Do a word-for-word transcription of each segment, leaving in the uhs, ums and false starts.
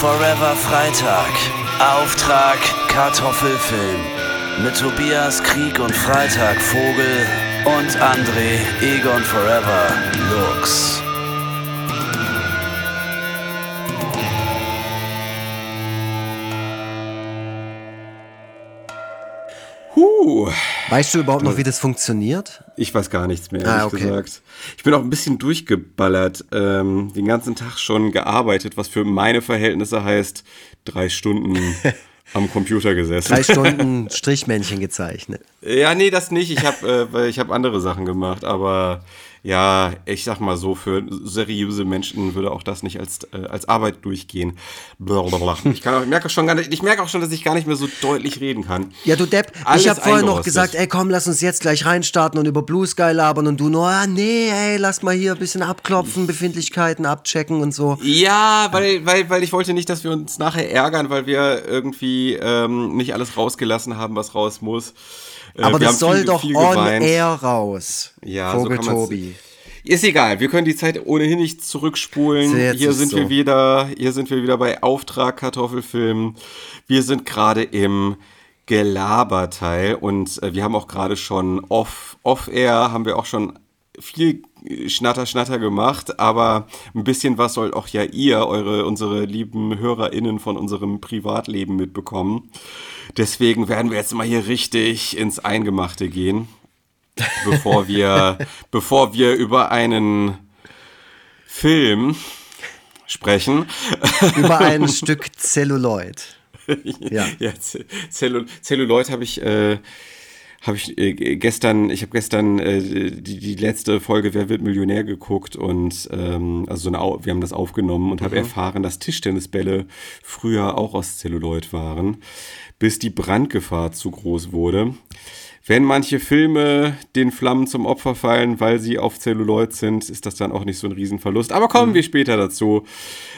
Forever Freitag. Auftrag Kartoffelfilm. Mit Tobias Krieg und Freitag Vogel und André Egon Forever Lux. Huh. Weißt du überhaupt noch, wie das funktioniert? Ich weiß gar nichts mehr, ehrlich ah, okay. gesagt. Ich bin auch ein bisschen durchgeballert, ähm, den ganzen Tag schon gearbeitet, was für meine Verhältnisse heißt, drei Stunden am Computer gesessen. Drei Stunden Strichmännchen gezeichnet. Ja, nee, das nicht. Ich habe äh, ich hab andere Sachen gemacht, aber ja, ich sag mal so, für seriöse Menschen würde auch das nicht als, äh, als Arbeit durchgehen. Blablabla. Ich, kann auch, ich merke auch schon gar nicht, ich merke auch schon, dass ich gar nicht mehr so deutlich reden kann. Ja, du Depp, Alles ich habe vorhin noch eingerostet. gesagt, ey komm, lass uns jetzt gleich reinstarten und über Blue Sky labern und du nur, ah, nee, ey, lass mal hier ein bisschen abklopfen, Befindlichkeiten abchecken und so. Ja, weil, weil, weil ich wollte nicht, dass wir uns nachher ärgern, weil wir irgendwie ähm, nicht alles rausgelassen haben, was raus muss. Aber wir das soll viel, doch viel on geweint. air raus. Ja, Vogel so kann man's- Tobi. Ist egal, wir können die Zeit ohnehin nicht zurückspulen. So, jetzt Hier ist sind so. wir wieder, hier sind wir wieder bei Auftrag Kartoffelfilm. Wir sind gerade im Gelaberteil und äh, wir haben auch gerade schon off, off-air, haben wir auch schon viel Schnatter, Schnatter gemacht, aber ein bisschen was sollt auch ja ihr, eure, unsere lieben HörerInnen von unserem Privatleben mitbekommen. Deswegen werden wir jetzt mal hier richtig ins Eingemachte gehen, bevor wir, bevor wir über einen Film sprechen. Über ein Stück Celluloid. Ja. Ja, Zellu- Celluloid habe ich, äh, habe ich äh, gestern, ich habe gestern äh, die, die letzte Folge Wer wird Millionär geguckt und ähm, also so eine, Au- wir haben das aufgenommen und habe erfahren, dass Tischtennisbälle früher auch aus Celluloid waren, bis die Brandgefahr zu groß wurde. Wenn manche Filme den Flammen zum Opfer fallen, weil sie auf Celluloid sind, ist das dann auch nicht so ein Riesenverlust. Aber kommen wir später dazu.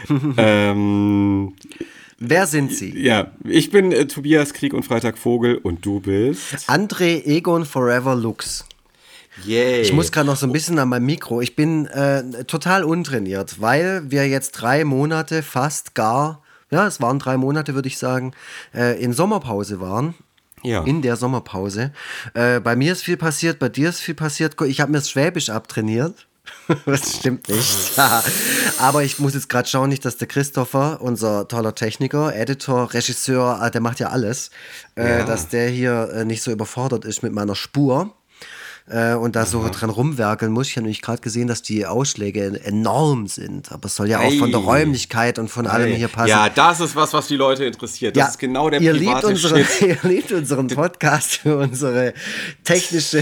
ähm, Wer sind Sie? ja, ich bin äh, Tobias Krieg und Freitag Vogel und du bist? André Egon Forever Lux. Yay. Ich muss gerade noch so ein bisschen an meinem Mikro. Ich bin äh, total untrainiert, weil wir jetzt drei Monate fast gar, ja, es waren drei Monate, würde ich sagen, äh, in Sommerpause waren. Ja. In der Sommerpause. Äh, bei mir ist viel passiert, bei dir ist viel passiert. Ich habe mir das Schwäbisch abtrainiert. Das stimmt nicht. Aber ich muss jetzt gerade schauen, nicht, dass der Christopher, unser toller Techniker, Editor, Regisseur, äh, der macht ja alles, äh, Ja. dass der hier äh, nicht so überfordert ist mit meiner Spur. Äh, und da so dran rumwerkeln muss. Ich habe nämlich gerade gesehen, dass die Ausschläge enorm sind. Aber es soll ja auch von der Ei. Räumlichkeit und von allem hier passen. Ja, das ist was, was die Leute interessiert. Das Ja, ist genau der ihr liebt, private unsere, Shit. ihr liebt unseren Podcast für unsere technische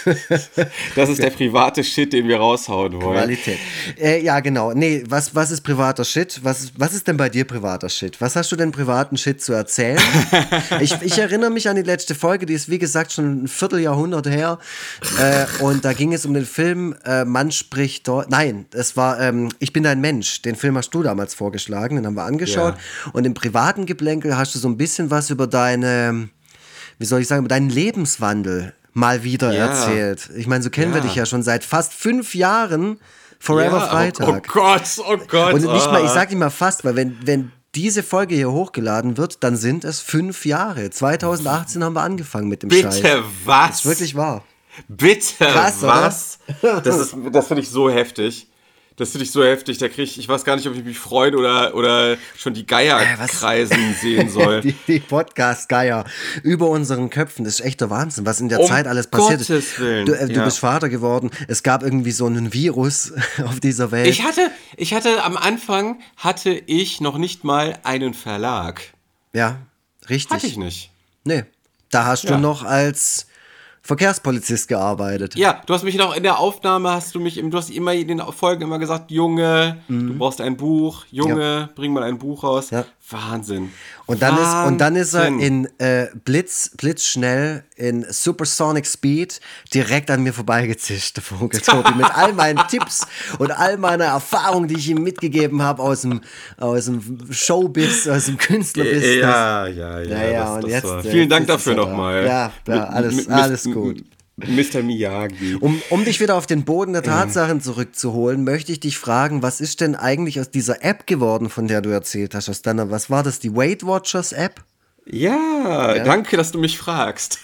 Das ist der private Shit, den wir raushauen wollen. Qualität. Äh, ja, genau. Nee, was, was ist privater Shit? Was, was ist denn bei dir privater Shit? Was hast du denn privaten Shit zu erzählen? ich, ich erinnere mich an die letzte Folge, die ist wie gesagt schon ein Vierteljahrhundert her. Äh, und da ging es um den Film äh, Mann spricht Deutsch. Nein, es war ähm, Ich bin ein Mensch. Den Film hast du damals vorgeschlagen, den haben wir angeschaut. Ja. Und im privaten Geplänkel hast du so ein bisschen was über deine, wie soll ich sagen, über deinen Lebenswandel mal wieder Ja. erzählt. Ich meine, so kennen wir Ja. dich ja schon seit fast fünf Jahren. Forever Ja, Freitag. Oh, oh Gott, oh Gott. Und nicht mal, ich ah. sag nicht mal fast, weil wenn, wenn diese Folge hier hochgeladen wird, dann sind es fünf Jahre. zwanzig achtzehn haben wir angefangen mit dem Scheiß. Bitte was? Das ist wirklich wahr. Bitte Krass, was? Das ist, das finde ich so heftig. Das finde ich so heftig. Da krieg ich, ich weiß gar nicht, ob ich mich freuen oder, oder schon die Geier Äh, was? kreisen sehen soll. Die, die Podcast-Geier über unseren Köpfen. Das ist echt der Wahnsinn, was in der Um Zeit alles passiert Gottes ist. Willen, Du, äh, du ja. bist Vater geworden. Es gab irgendwie so einen Virus auf dieser Welt. Ich hatte, ich hatte am Anfang hatte ich noch nicht mal einen Verlag. ja, richtig. Hatte ich nicht. Nee, da hast Ja. du noch als Verkehrspolizist gearbeitet. Ja, du hast mich noch in der Aufnahme, hast du mich, im- du hast immer in den Folgen immer gesagt, Junge, du brauchst ein Buch, Junge, bring mal ein Buch raus. Ja. Wahnsinn. Und dann, ist, und dann ist er Wahnsinn. in äh, Blitz, blitzschnell, in Supersonic Speed direkt an mir vorbeigezischt, der Vogel Tobi, mit all meinen Tipps und all meiner Erfahrung, die ich ihm mitgegeben habe aus dem, aus dem Showbiz, aus dem Künstlerbusiness. Ja, ja, ja. Ja, ja, das, und das jetzt, war. äh, Vielen Dank jetzt ist dafür er da. nochmal. Ja, ja, alles- alles gut. Mister Miyagi. Um, um dich wieder auf den Boden der Tatsachen zurückzuholen, möchte ich dich fragen, was ist denn eigentlich aus dieser App geworden, von der du erzählt hast? Aus deiner, was war das, die Weight Watchers App? Ja, ja, danke, dass du mich fragst.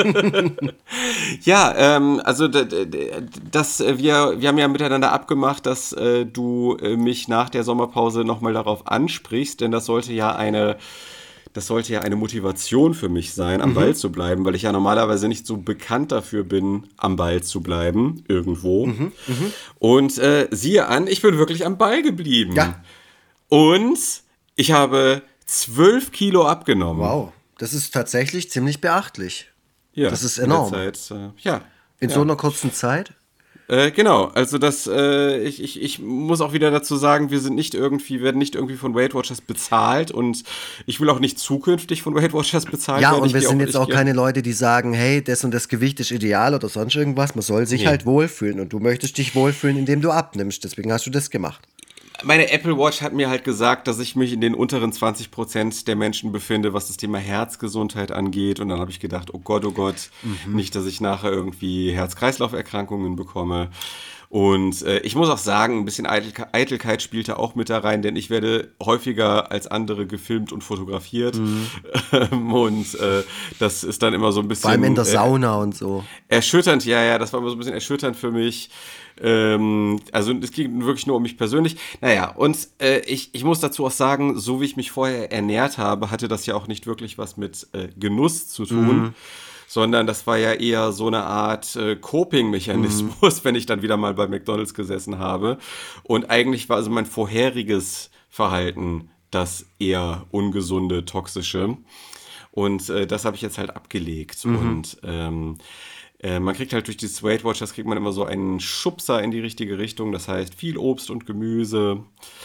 ja, ähm, also d- d- das, wir, wir haben ja miteinander abgemacht, dass äh, du äh, mich nach der Sommerpause nochmal darauf ansprichst, denn das sollte ja eine Das sollte ja eine Motivation für mich sein, am mhm. Ball zu bleiben, weil ich ja normalerweise nicht so bekannt dafür bin, am Ball zu bleiben, irgendwo. Mhm. Mhm. Und äh, siehe an, ich bin wirklich am Ball geblieben. Ja. Und ich habe zwölf Kilo abgenommen. Wow, das ist tatsächlich ziemlich beachtlich. Ja, das ist enorm. In, der Zeit, äh, ja, in ja. so einer kurzen Zeit? Äh, genau, also das, äh, ich, ich, ich muss auch wieder dazu sagen, wir sind nicht irgendwie, werden nicht irgendwie von Weight Watchers bezahlt und ich will auch nicht zukünftig von Weight Watchers bezahlt ja, werden. Ja, und wir ich sind auch, jetzt ich, auch keine Leute, die sagen, hey, das und das Gewicht ist ideal oder sonst irgendwas. Man soll sich nee. halt wohlfühlen und du möchtest dich wohlfühlen, indem du abnimmst. Deswegen hast du das gemacht. Meine Apple Watch hat mir halt gesagt, dass ich mich in den unteren zwanzig Prozent der Menschen befinde, was das Thema Herzgesundheit angeht. Und dann habe ich gedacht, oh Gott, oh Gott, mhm. nicht, dass ich nachher irgendwie Herz-Kreislauf-Erkrankungen bekomme. Und äh, ich muss auch sagen, ein bisschen Eitel- Eitelkeit spielt da auch mit da rein, denn ich werde häufiger als andere gefilmt und fotografiert. Mhm. und äh, das ist dann immer so ein bisschen... Vor allem in der Sauna äh, und so. Erschütternd, ja, ja, das war immer so ein bisschen erschütternd für mich. Ähm, also es ging wirklich nur um mich persönlich. Naja, und äh, ich, ich muss dazu auch sagen, so wie ich mich vorher ernährt habe, hatte das ja auch nicht wirklich was mit äh, Genuss zu tun. Mhm. Sondern das war ja eher so eine Art äh, Coping-Mechanismus, mhm. wenn ich dann wieder mal bei McDonald's gesessen habe. Und eigentlich war also mein vorheriges Verhalten das eher ungesunde, toxische. Und äh, das habe ich jetzt halt abgelegt. Mhm. Und ähm, äh, man kriegt halt durch die Weight Watchers kriegt man immer so einen Schubser in die richtige Richtung. Das heißt viel Obst und Gemüse.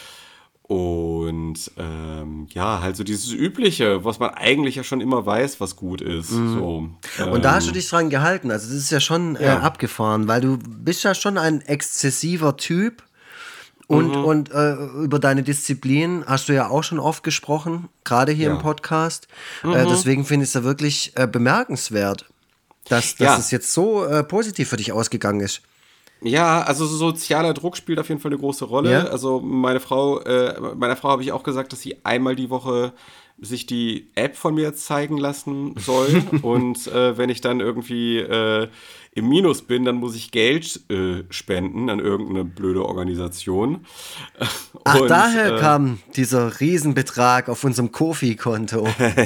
Und ähm, ja, halt so dieses Übliche, was man eigentlich ja schon immer weiß, was gut ist. Mhm. So, ähm, und da hast du dich dran gehalten. Also das ist ja schon ja. Äh, abgefahren, weil du bist ja schon ein exzessiver Typ. Und, mhm. und äh, über deine Disziplin hast du ja auch schon oft gesprochen, gerade hier ja. im Podcast. Mhm. Äh, deswegen finde ich es ja wirklich äh, bemerkenswert, dass, dass ja. es jetzt so äh, positiv für dich ausgegangen ist. Ja, also so sozialer Druck spielt auf jeden Fall eine große Rolle. Ja. Also meine Frau, äh, meiner Frau habe ich auch gesagt, dass sie einmal die Woche sich die App von mir zeigen lassen soll. Und äh, wenn ich dann irgendwie äh, im Minus bin, dann muss ich Geld äh, spenden an irgendeine blöde Organisation. Ach, und, daher äh, kam dieser Riesenbetrag auf unserem Kofi-Konto.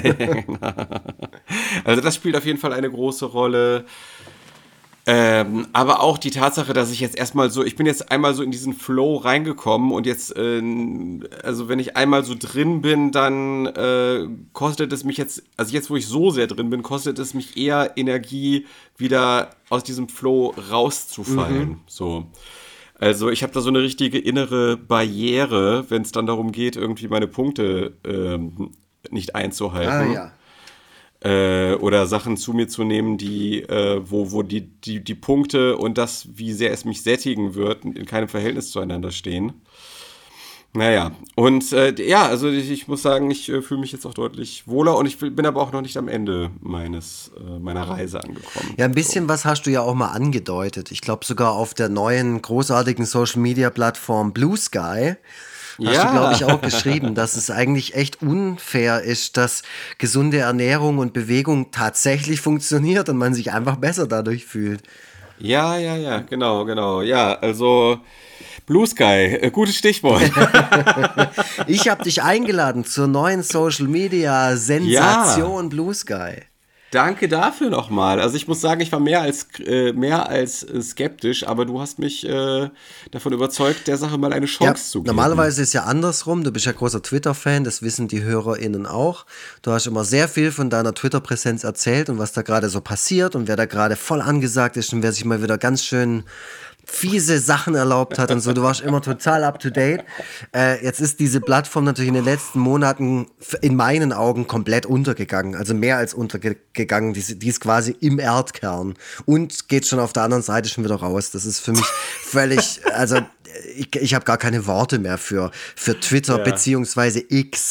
Also das spielt auf jeden Fall eine große Rolle. Ähm, aber auch die Tatsache, dass ich jetzt erstmal so, ich bin jetzt einmal so in diesen Flow reingekommen und jetzt, äh, also wenn ich einmal so drin bin, dann äh, kostet es mich jetzt, also jetzt wo ich so sehr drin bin, kostet es mich eher Energie, wieder aus diesem Flow rauszufallen. Mhm. So. Also ich habe da so eine richtige innere Barriere, wenn es dann darum geht, irgendwie meine Punkte ähm, nicht einzuhalten. Ah, ja. Oder Sachen zu mir zu nehmen, die, äh, wo, wo die, die, die Punkte und das, wie sehr es mich sättigen wird, in keinem Verhältnis zueinander stehen. Naja, und äh, ja, also ich, ich muss sagen, ich äh, fühle mich jetzt auch deutlich wohler und ich bin aber auch noch nicht am Ende meines, äh, meiner Reise angekommen. Ja, ein bisschen so. Was hast du ja auch mal angedeutet. Ich glaube sogar auf der neuen großartigen Social-Media-Plattform Blue Sky hast ja. du, glaube ich, auch geschrieben, dass es eigentlich echt unfair ist, dass gesunde Ernährung und Bewegung tatsächlich funktioniert und man sich einfach besser dadurch fühlt. Ja, ja, ja, genau, genau. Ja, also Blue Sky, äh, gutes Stichwort. Ich habe dich eingeladen zur neuen Social-Media-Sensation ja. Blue Sky. Danke dafür nochmal. Also ich muss sagen, ich war mehr als, äh, mehr als äh, skeptisch, aber du hast mich äh, davon überzeugt, der Sache mal eine Chance ja, zu geben. Normalerweise ist es ja andersrum. Du bist ja großer Twitter-Fan, das wissen die HörerInnen auch. Du hast immer sehr viel von deiner Twitter-Präsenz erzählt und was da gerade so passiert und wer da gerade voll angesagt ist und wer sich mal wieder ganz schön fiese Sachen erlaubt hat und so. Du warst immer total up to date. Äh, jetzt ist diese Plattform natürlich in den letzten Monaten in meinen Augen komplett untergegangen. Also mehr als untergegangen. Die, die ist quasi im Erdkern und geht schon auf der anderen Seite schon wieder raus. Das ist für mich völlig, also ich, ich habe gar keine Worte mehr für, für Twitter ja. beziehungsweise X,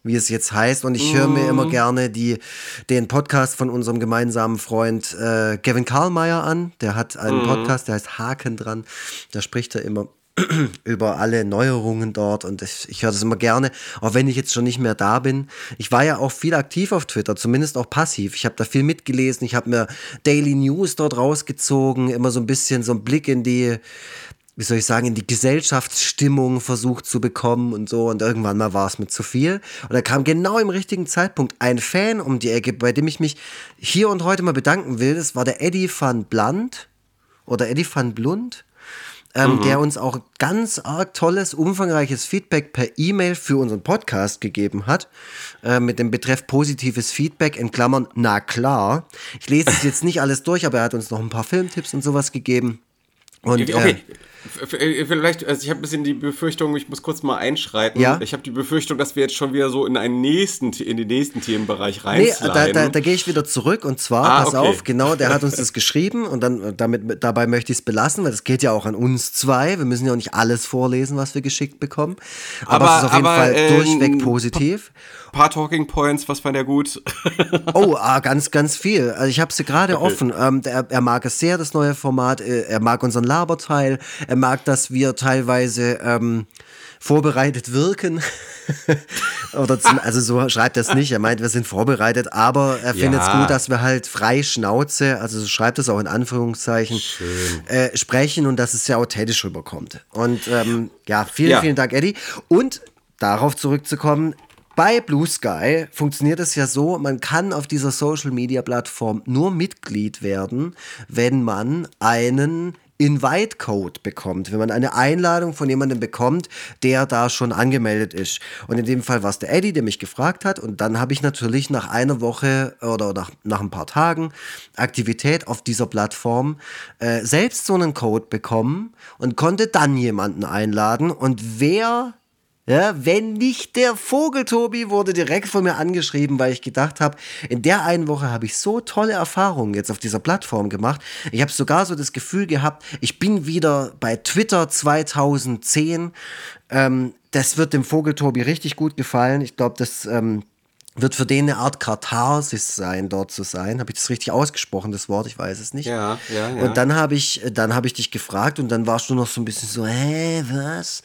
wie es jetzt heißt. Und ich höre mir immer gerne die, den Podcast von unserem gemeinsamen Freund äh, Kevin Karlmeier an. Der hat einen mm. Podcast, der heißt Haken dran. Da spricht er immer über alle Neuerungen dort und ich, ich höre das immer gerne, auch wenn ich jetzt schon nicht mehr da bin. Ich war ja auch viel aktiv auf Twitter, zumindest auch passiv. Ich habe da viel mitgelesen, ich habe mir Daily News dort rausgezogen, immer so ein bisschen so einen Blick in die, wie soll ich sagen, in die Gesellschaftsstimmung versucht zu bekommen und so und irgendwann mal war es mir zu viel und da kam genau im richtigen Zeitpunkt ein Fan um die Ecke, bei dem ich mich hier und heute mal bedanken will. Das war der Eddie van Blunt oder Eddie van Blunt. Ähm, mhm. Der uns auch ganz arg tolles, umfangreiches Feedback per E-Mail für unseren Podcast gegeben hat, äh, mit dem Betreff positives Feedback in Klammern, na klar. Ich lese es jetzt nicht alles durch, aber er hat uns noch ein paar Filmtipps und sowas gegeben. Und, okay, äh, vielleicht, also ich habe ein bisschen die Befürchtung, ich muss kurz mal einschreiten. Ja? Ich habe die Befürchtung, dass wir jetzt schon wieder so in einen nächsten, in den nächsten Themenbereich reinsliden. Nee, da, da, da gehe ich wieder zurück und zwar, ah, pass okay. auf, genau, der hat uns das geschrieben und dann damit dabei möchte ich es belassen, weil das geht ja auch an uns zwei. Wir müssen ja auch nicht alles vorlesen, was wir geschickt bekommen. Aber, aber es ist auf jeden aber, Fall ähm, durchweg positiv. Paar Talking Points, was fand er gut? Oh, ah, ganz, ganz viel. Also ich habe sie gerade okay. offen. Ähm, er, er mag es sehr, das neue Format. Er mag unseren Laberteil. Er mag, dass wir teilweise ähm, vorbereitet wirken. Oder zum, also so schreibt er es nicht. Er meint, wir sind vorbereitet, aber er findet es ja. gut, dass wir halt frei Schnauze, also so schreibt es auch in Anführungszeichen, äh, sprechen und dass es sehr authentisch rüberkommt. Und ähm, ja, vielen, ja. vielen Dank, Eddie. Und darauf zurückzukommen, bei Blue Sky funktioniert es ja so, man kann auf dieser Social-Media-Plattform nur Mitglied werden, wenn man einen Invite-Code bekommt, wenn man eine Einladung von jemandem bekommt, der da schon angemeldet ist. Und in dem Fall war es der Eddie, der mich gefragt hat und dann habe ich natürlich nach einer Woche oder nach, nach ein paar Tagen Aktivität auf dieser Plattform äh, selbst so einen Code bekommen und konnte dann jemanden einladen und wer... Ja, wenn nicht der Vogeltobi wurde direkt von mir angeschrieben, weil ich gedacht habe, in der einen Woche habe ich so tolle Erfahrungen jetzt auf dieser Plattform gemacht. Ich habe sogar so das Gefühl gehabt, ich bin wieder bei Twitter zweitausendzehn. Ähm, das wird dem Vogeltobi richtig gut gefallen. Ich glaube, das ähm, wird für den eine Art Katharsis sein, dort zu sein. Habe ich das richtig ausgesprochen, das Wort? Ich weiß es nicht. Ja, ja, ja. Und dann habe ich, dann habe ich dich gefragt und dann warst du noch so ein bisschen so, hä, was?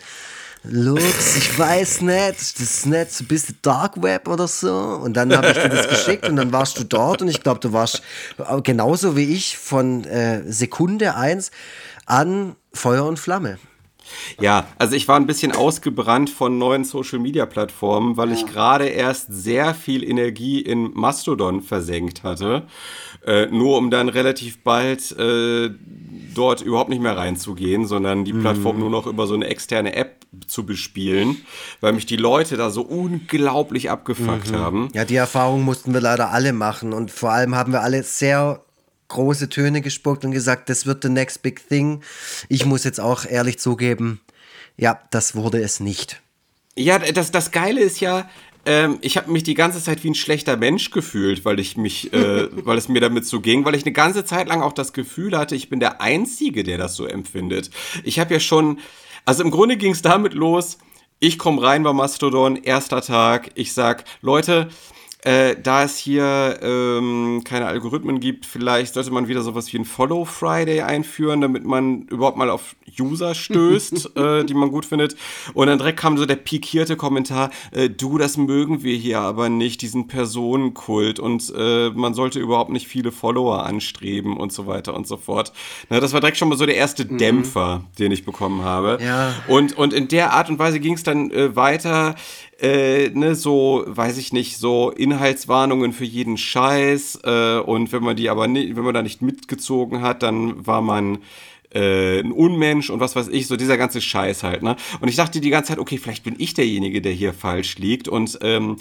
Lux, ich weiß nicht, das ist nicht so ein bisschen Dark Web oder so. Und dann habe ich dir das geschickt und dann warst du dort und ich glaube, du warst genauso wie ich von äh, Sekunde eins an Feuer und Flamme. Ja, also ich war ein bisschen ausgebrannt von neuen Social-Media-Plattformen, weil ja. ich gerade erst sehr viel Energie in Mastodon versenkt hatte, äh, nur um dann relativ bald äh, dort überhaupt nicht mehr reinzugehen, sondern die Plattform mhm. nur noch über so eine externe App zu bespielen, weil mich die Leute da so unglaublich abgefuckt mhm. haben. Ja, die Erfahrung mussten wir leider alle machen und vor allem haben wir alle sehr große Töne gespuckt und gesagt, das wird the next big thing. Ich muss jetzt auch ehrlich zugeben, ja, das wurde es nicht. Ja, das, das Geile ist ja, ähm, ich habe mich die ganze Zeit wie ein schlechter Mensch gefühlt, weil ich mich, äh, weil es mir damit so ging, weil ich eine ganze Zeit lang auch das Gefühl hatte, ich bin der Einzige, der das so empfindet. Ich habe ja schon, also im Grunde ging es damit los, ich komme rein bei Mastodon, erster Tag, ich sag, Leute, Äh, da es hier ähm, keine Algorithmen gibt, vielleicht sollte man wieder sowas wie ein Follow Friday einführen, damit man überhaupt mal auf User stößt, äh, die man gut findet. Und dann direkt kam so der pikierte Kommentar, äh, du, das mögen wir hier aber nicht, diesen Personenkult und äh, man sollte überhaupt nicht viele Follower anstreben und so weiter und so fort. Na, das war direkt schon mal so der erste mhm. Dämpfer, den ich bekommen habe. Ja. Und, und in der Art und Weise ging es dann äh, weiter. Äh, ne, so, weiß ich nicht, so Inhaltswarnungen für jeden Scheiß äh, und wenn man die aber nicht, wenn man da nicht mitgezogen hat, dann war man äh, ein Unmensch und was weiß ich, so dieser ganze Scheiß halt, ne? Und ich dachte die ganze Zeit, okay, vielleicht bin ich derjenige, der hier falsch liegt und ähm,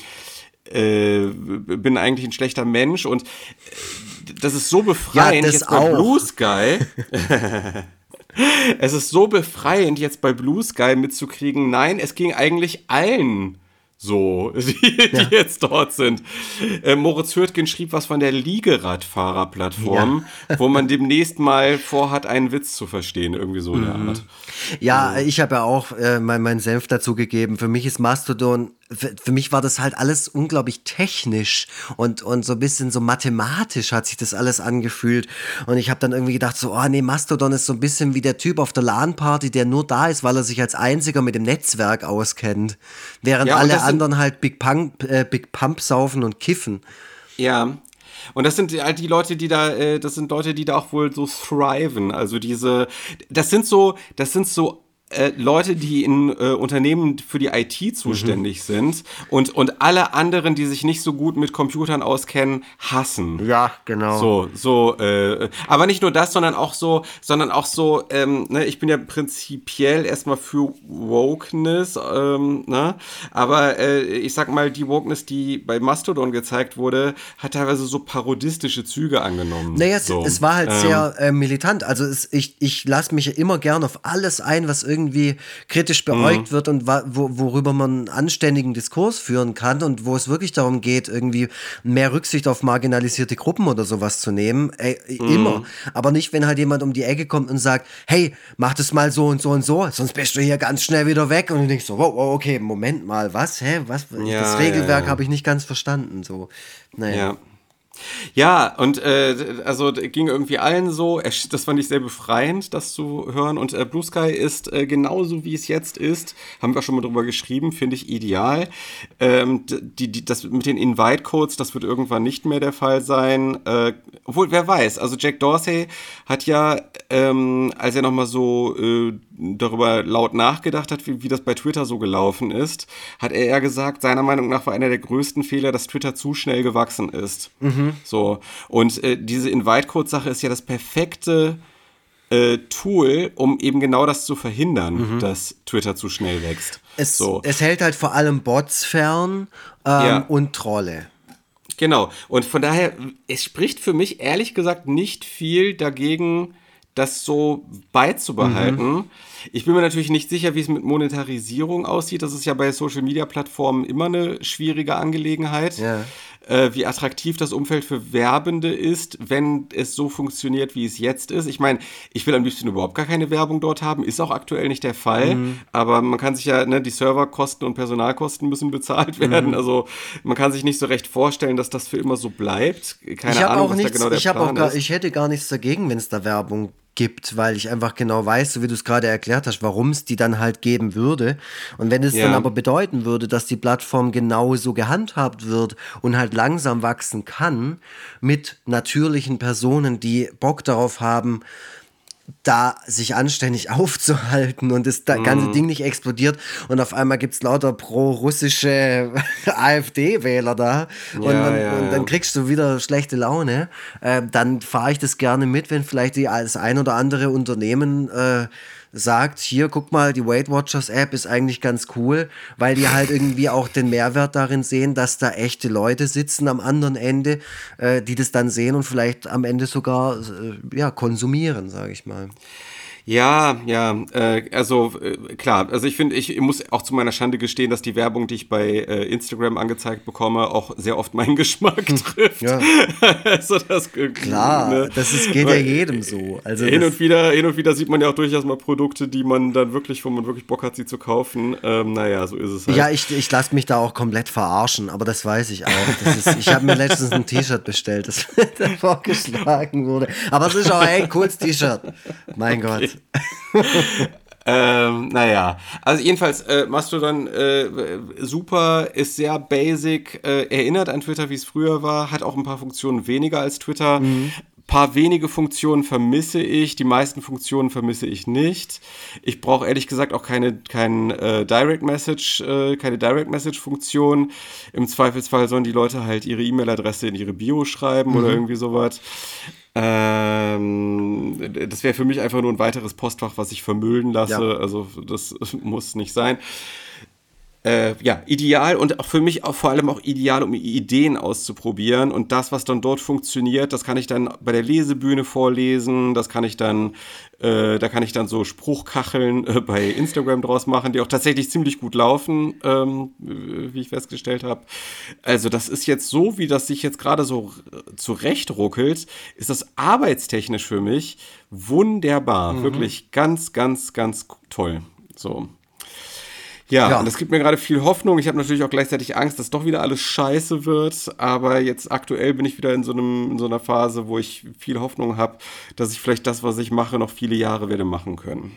äh, bin eigentlich ein schlechter Mensch und äh, das ist so befreiend ja, jetzt bei auch. Blue Sky. Es ist so befreiend, jetzt bei Blue Sky mitzukriegen, nein, es ging eigentlich allen so, die, die ja. jetzt dort sind. Äh, Moritz Hürtgen schrieb was von der Liegeradfahrerplattform, ja. wo man demnächst mal vorhat, einen Witz zu verstehen, irgendwie so in der Art. Ja, ich habe ja auch äh, meinen mein Senf dazu gegeben. Für mich ist Mastodon für, für mich war das halt alles unglaublich technisch und, und so ein bisschen so mathematisch hat sich das alles angefühlt. Und ich habe dann irgendwie gedacht, so, oh nee, Mastodon ist so ein bisschen wie der Typ auf der LAN-Party, der nur da ist, weil er sich als einziger mit dem Netzwerk auskennt. Während Ja, und alle das sind- anderen halt Big Pump, äh, Big Pump saufen und kiffen. Ja. Und das sind halt die Leute, die da, äh, das sind Leute, die da auch wohl so thriven. Also diese, das sind so, das sind so äh, Leute, die in äh, Unternehmen für die I T zuständig mhm. sind und, und alle anderen, die sich nicht so gut mit Computern auskennen, hassen. Ja, genau. So, so, äh, aber nicht nur das, sondern auch so, sondern auch so, ähm, ne, ich bin ja prinzipiell erstmal für Wokeness, ähm, ne, aber äh, ich sag mal, die Wokeness, die bei Mastodon gezeigt wurde, hat teilweise so parodistische Züge angenommen. Naja, so. es, es war halt ähm, sehr äh, militant. Also es, ich, ich lasse mich immer gern auf alles ein, was irgendwie kritisch beäugt mhm. wird und wa- wo, worüber man einen anständigen Diskurs führen kann und wo es wirklich darum geht, irgendwie mehr Rücksicht auf marginalisierte Gruppen oder sowas zu nehmen. Ey, mhm. Immer. Aber nicht, wenn halt jemand um die Ecke kommt und sagt, hey, mach das mal so und so und so, sonst bist du hier ganz schnell wieder weg. Und du denkst so, wow, wow, okay, Moment mal, was? Hä? Was? Ja, das Regelwerk ja, ja. habe ich nicht ganz verstanden. So. Naja. Ja. Ja, und äh, also ging irgendwie allen so, das fand ich sehr befreiend, das zu hören. Und äh, Blue Sky ist äh, genauso, wie es jetzt ist, haben wir schon mal drüber geschrieben, finde ich ideal. Ähm, die, die, das mit den Invite-Codes, das wird irgendwann nicht mehr der Fall sein. Äh, obwohl, wer weiß, also Jack Dorsey hat ja, ähm, als er nochmal so äh, darüber laut nachgedacht hat, wie, wie das bei Twitter so gelaufen ist, hat er ja gesagt, seiner Meinung nach war einer der größten Fehler, dass Twitter zu schnell gewachsen ist. Mhm. So, und äh, diese Invite-Code-Sache ist ja das perfekte äh, Tool, um eben genau das zu verhindern, mhm. dass Twitter zu schnell wächst. Es, so. es hält halt vor allem Bots fern ähm, ja. und Trolle. Genau, und von daher, es spricht für mich ehrlich gesagt nicht viel dagegen, das so beizubehalten. Mhm. Ich bin mir natürlich nicht sicher, wie es mit Monetarisierung aussieht. Das ist ja bei Social-Media-Plattformen immer eine schwierige Angelegenheit. Ja. Äh, wie attraktiv das Umfeld für Werbende ist, wenn es so funktioniert, wie es jetzt ist. Ich meine, ich will am liebsten überhaupt gar keine Werbung dort haben. Ist auch aktuell nicht der Fall. Mhm. Aber man kann sich ja, ne, die Serverkosten und Personalkosten müssen bezahlt werden. Mhm. Also man kann sich nicht so recht vorstellen, dass das für immer so bleibt. Keine ich Ahnung, auch was nichts, da genau der ich Plan auch gar, ist. Ich hätte gar nichts dagegen, wenn es da Werbung gibt, weil ich einfach genau weiß, so wie du es gerade erklärt hast, warum es die dann halt geben würde. Und wenn es Ja. dann aber bedeuten würde, dass die Plattform genauso gehandhabt wird und halt langsam wachsen kann mit natürlichen Personen, die Bock darauf haben, da sich anständig aufzuhalten und das mhm. ganze Ding nicht explodiert und auf einmal gibt es lauter pro-russische AfD-Wähler da und, Ja, dann, ja, und ja. dann kriegst du wieder schlechte Laune, äh, dann fahre ich das gerne mit, wenn vielleicht die, das ein oder andere Unternehmen äh, sagt, hier, guck mal, die Weight Watchers App ist eigentlich ganz cool, weil die halt irgendwie auch den Mehrwert darin sehen, dass da echte Leute sitzen am anderen Ende, äh, die das dann sehen und vielleicht am Ende sogar äh, ja, konsumieren, sage ich mal. Ja, ja, äh, also äh, klar, also ich finde, ich muss auch zu meiner Schande gestehen, dass die Werbung, die ich bei äh, Instagram angezeigt bekomme, auch sehr oft meinen Geschmack trifft. Ja. also das, äh, Klar, ne? das ist, geht ja jedem so. Also hin, das, und wieder, hin und wieder sieht man ja auch durchaus mal Produkte, die man dann wirklich, wo man wirklich Bock hat, sie zu kaufen. Ähm, naja, so ist es halt. ja, ich, ich lasse mich da auch komplett verarschen, aber das weiß ich auch. Das ist, ich habe mir letztens ein T-Shirt bestellt, das da vorgeschlagen wurde. Aber es ist auch ein cooles T-Shirt. Mein Okay. Gott. ähm, naja, also jedenfalls, äh, Mastodon äh, super, ist sehr basic, äh, erinnert an Twitter, wie es früher war, hat auch ein paar Funktionen weniger als Twitter. Mhm. Paar wenige Funktionen vermisse ich, die meisten Funktionen vermisse ich nicht. Ich brauche ehrlich gesagt auch keine, kein, äh, Direct Message, äh, keine Direct Message Funktion. Im Zweifelsfall sollen die Leute halt ihre E-Mail-Adresse in ihre Bio schreiben mhm. oder irgendwie sowas. Ähm, das wäre für mich einfach nur ein weiteres Postfach, was ich vermüllen lasse. Ja. Also das muss nicht sein. Äh, ja, ideal und auch für mich auch vor allem auch ideal, um Ideen auszuprobieren und das, was dann dort funktioniert, das kann ich dann bei der Lesebühne vorlesen, das kann ich dann, äh, da kann ich dann so Spruchkacheln äh, bei Instagram draus machen, die auch tatsächlich ziemlich gut laufen, ähm, wie ich festgestellt habe. Also das ist jetzt so, wie das sich jetzt gerade so zurechtruckelt, ist das arbeitstechnisch für mich wunderbar, mhm. wirklich ganz, ganz, ganz toll. So. Ja, Ja. und das gibt mir gerade viel Hoffnung. Ich habe natürlich auch gleichzeitig Angst, dass doch wieder alles scheiße wird. Aber jetzt aktuell bin ich wieder in so, einem, in so einer Phase, wo ich viel Hoffnung habe, dass ich vielleicht das, was ich mache, noch viele Jahre werde machen können.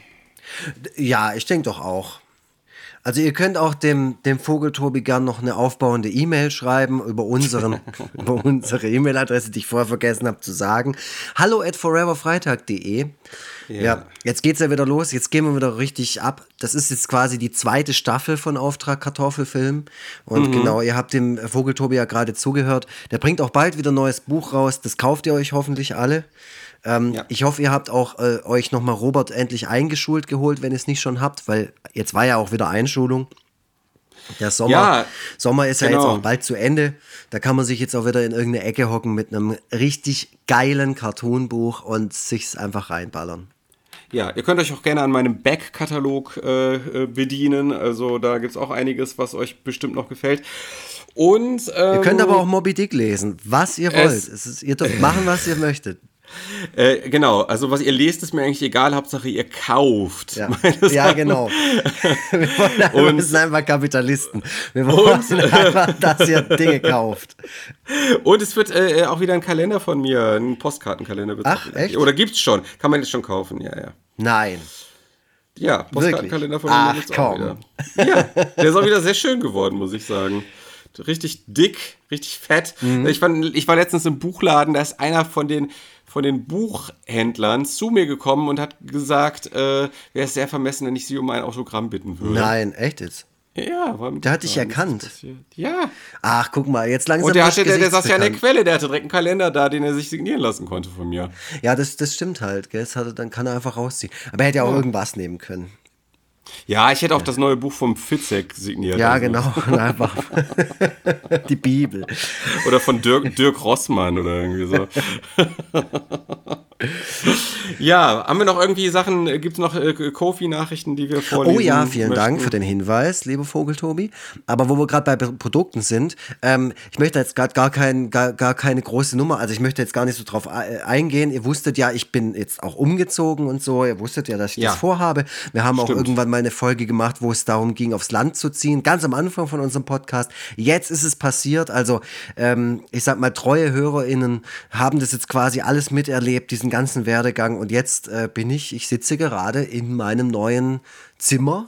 Ja, ich denke doch auch. Also ihr könnt auch dem, dem Vogel-Tobi gern noch eine aufbauende E-Mail schreiben über, unseren, über unsere E-Mail-Adresse, die ich vorher vergessen habe zu sagen. hallo at foreverfreitag punkt de. Ja. ja, jetzt geht's ja wieder los, jetzt gehen wir wieder richtig ab. Das ist jetzt quasi die zweite Staffel von Auftrag Kartoffelfilm. Und mhm. genau, ihr habt dem Vogel-Tobi ja gerade zugehört. Der bringt auch bald wieder ein neues Buch raus. Das kauft ihr euch hoffentlich alle. Ähm, ja. Ich hoffe, ihr habt auch äh, euch nochmal Robert endlich eingeschult geholt, wenn ihr es nicht schon habt, weil jetzt war ja auch wieder Einschulung. Der Sommer, ja, Sommer ist genau. ja jetzt auch bald zu Ende. Da kann man sich jetzt auch wieder in irgendeine Ecke hocken mit einem richtig geilen Cartoonbuch und sich's einfach reinballern. Ja, ihr könnt euch auch gerne an meinem Back-Katalog äh, bedienen. Also da gibt es auch einiges, was euch bestimmt noch gefällt. Und ähm, ihr könnt aber auch Moby Dick lesen, was ihr wollt. Es, es ist, ihr dürft machen, was ihr möchtet. Äh, genau, also was ihr lest, ist mir eigentlich egal, Hauptsache ihr kauft. Ja, ja genau. Wir, wollen einfach, und, wir sind einfach Kapitalisten. Wir wollen und, einfach, dass ihr Dinge kauft. Und es wird äh, auch wieder ein Kalender von mir, ein Postkartenkalender. Ach, echt? Oder gibt's schon, kann man jetzt schon kaufen, ja, ja. Nein. Ja, Postkartenkalender von Ach, mir gibt's komm. auch wieder. Ja, der ist auch wieder sehr schön geworden, muss ich sagen. Richtig dick, richtig fett. Mhm. Ich, fand, ich war letztens im Buchladen, da ist einer von den von den Buchhändlern zu mir gekommen und hat gesagt, äh, wäre es sehr vermessen, wenn ich sie um ein Autogramm bitten würde. Nein, echt jetzt? Ja, war der hat dich erkannt. Ja. Ach, guck mal, jetzt langsam. Und der, hatte, der, der saß ja an der Quelle, der hatte direkt einen Kalender da, den er sich signieren lassen konnte von mir. Ja, das, das stimmt halt, gell? Das hatte, dann kann er einfach rausziehen. Aber er hätte ja auch ja. irgendwas nehmen können. Ja, ich hätte auch ja. das neue Buch vom Fitzek signiert. Ja, also. genau. Einfach die Bibel. Oder von Dirk, Dirk Rossmann oder irgendwie so. Ja, haben wir noch irgendwie Sachen, gibt es noch äh, Kofi-Nachrichten, die wir vorlesen? Oh ja, vielen möchten? Dank für den Hinweis, lieber Vogel-Tobi. Aber wo wir gerade bei Produkten sind, ähm, ich möchte jetzt gerade gar, kein, gar, gar keine große Nummer, also ich möchte jetzt gar nicht so drauf eingehen. Ihr wusstet ja, ich bin jetzt auch umgezogen und so, ihr wusstet ja, dass ich ja. das vorhabe. Wir haben Stimmt. auch irgendwann mal eine Folge gemacht, wo es darum ging, aufs Land zu ziehen, ganz am Anfang von unserem Podcast. Jetzt ist es passiert, also ähm, ich sag mal, treue HörerInnen haben das jetzt quasi alles miterlebt, diesen ganzen Werdegang. Und jetzt äh, bin ich, ich sitze gerade in meinem neuen Zimmer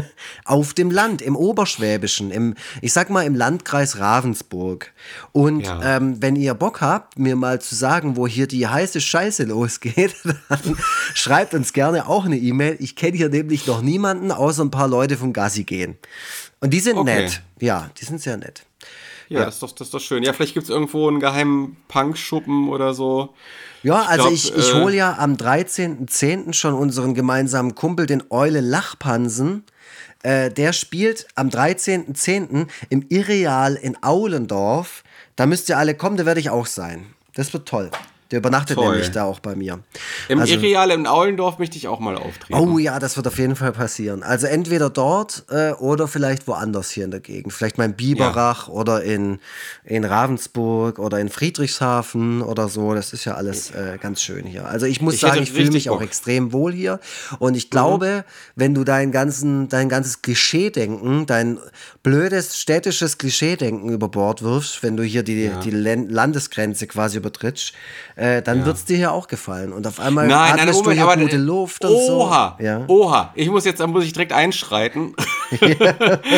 auf dem Land, im Oberschwäbischen, im, ich sag mal im Landkreis Ravensburg. Und ja. ähm, wenn ihr Bock habt, mir mal zu sagen, wo hier die heiße Scheiße losgeht, dann schreibt uns gerne auch eine E-Mail. Ich kenne hier nämlich noch niemanden, außer ein paar Leute vom Gassi gehen. Und die sind okay. nett. Ja, die sind sehr nett. Ja, ja. Das, ist doch, das ist doch schön. Ja, vielleicht gibt es irgendwo einen geheimen Punkschuppen oder so. Ja, also ich, glaub, ich, ich hole ja am dreizehnten zehnten schon unseren gemeinsamen Kumpel, den Eule Lachpansen. Äh, der spielt am dreizehnten zehnten im Irreal in Aulendorf. Da müsst ihr alle kommen, da werde ich auch sein. Das wird toll. Der übernachtet Toll. nämlich da auch bei mir. Im also, Irreal in Aulendorf möchte ich auch mal auftreten. Oh ja, das wird auf jeden Fall passieren. Also entweder dort äh, oder vielleicht woanders hier in der Gegend. Vielleicht mal in Biberach ja. oder in, in Ravensburg oder in Friedrichshafen oder so. Das ist ja alles äh, ganz schön hier. Also ich muss ich sagen, ich fühle mich Bock. auch extrem wohl hier. Und ich glaube, mhm. wenn du dein, ganzen, dein ganzes Klischeedenken, dein blödes städtisches Klischeedenken über Bord wirfst, wenn du hier die, ja. die Landesgrenze quasi übertrittst, Äh, dann ja. wird es dir hier auch gefallen. Und auf einmal nein, nein, Moment, du hier aber, gute Luft und oha, so. Ja. Oha, ich muss jetzt, da muss ich direkt einschreiten. Ja.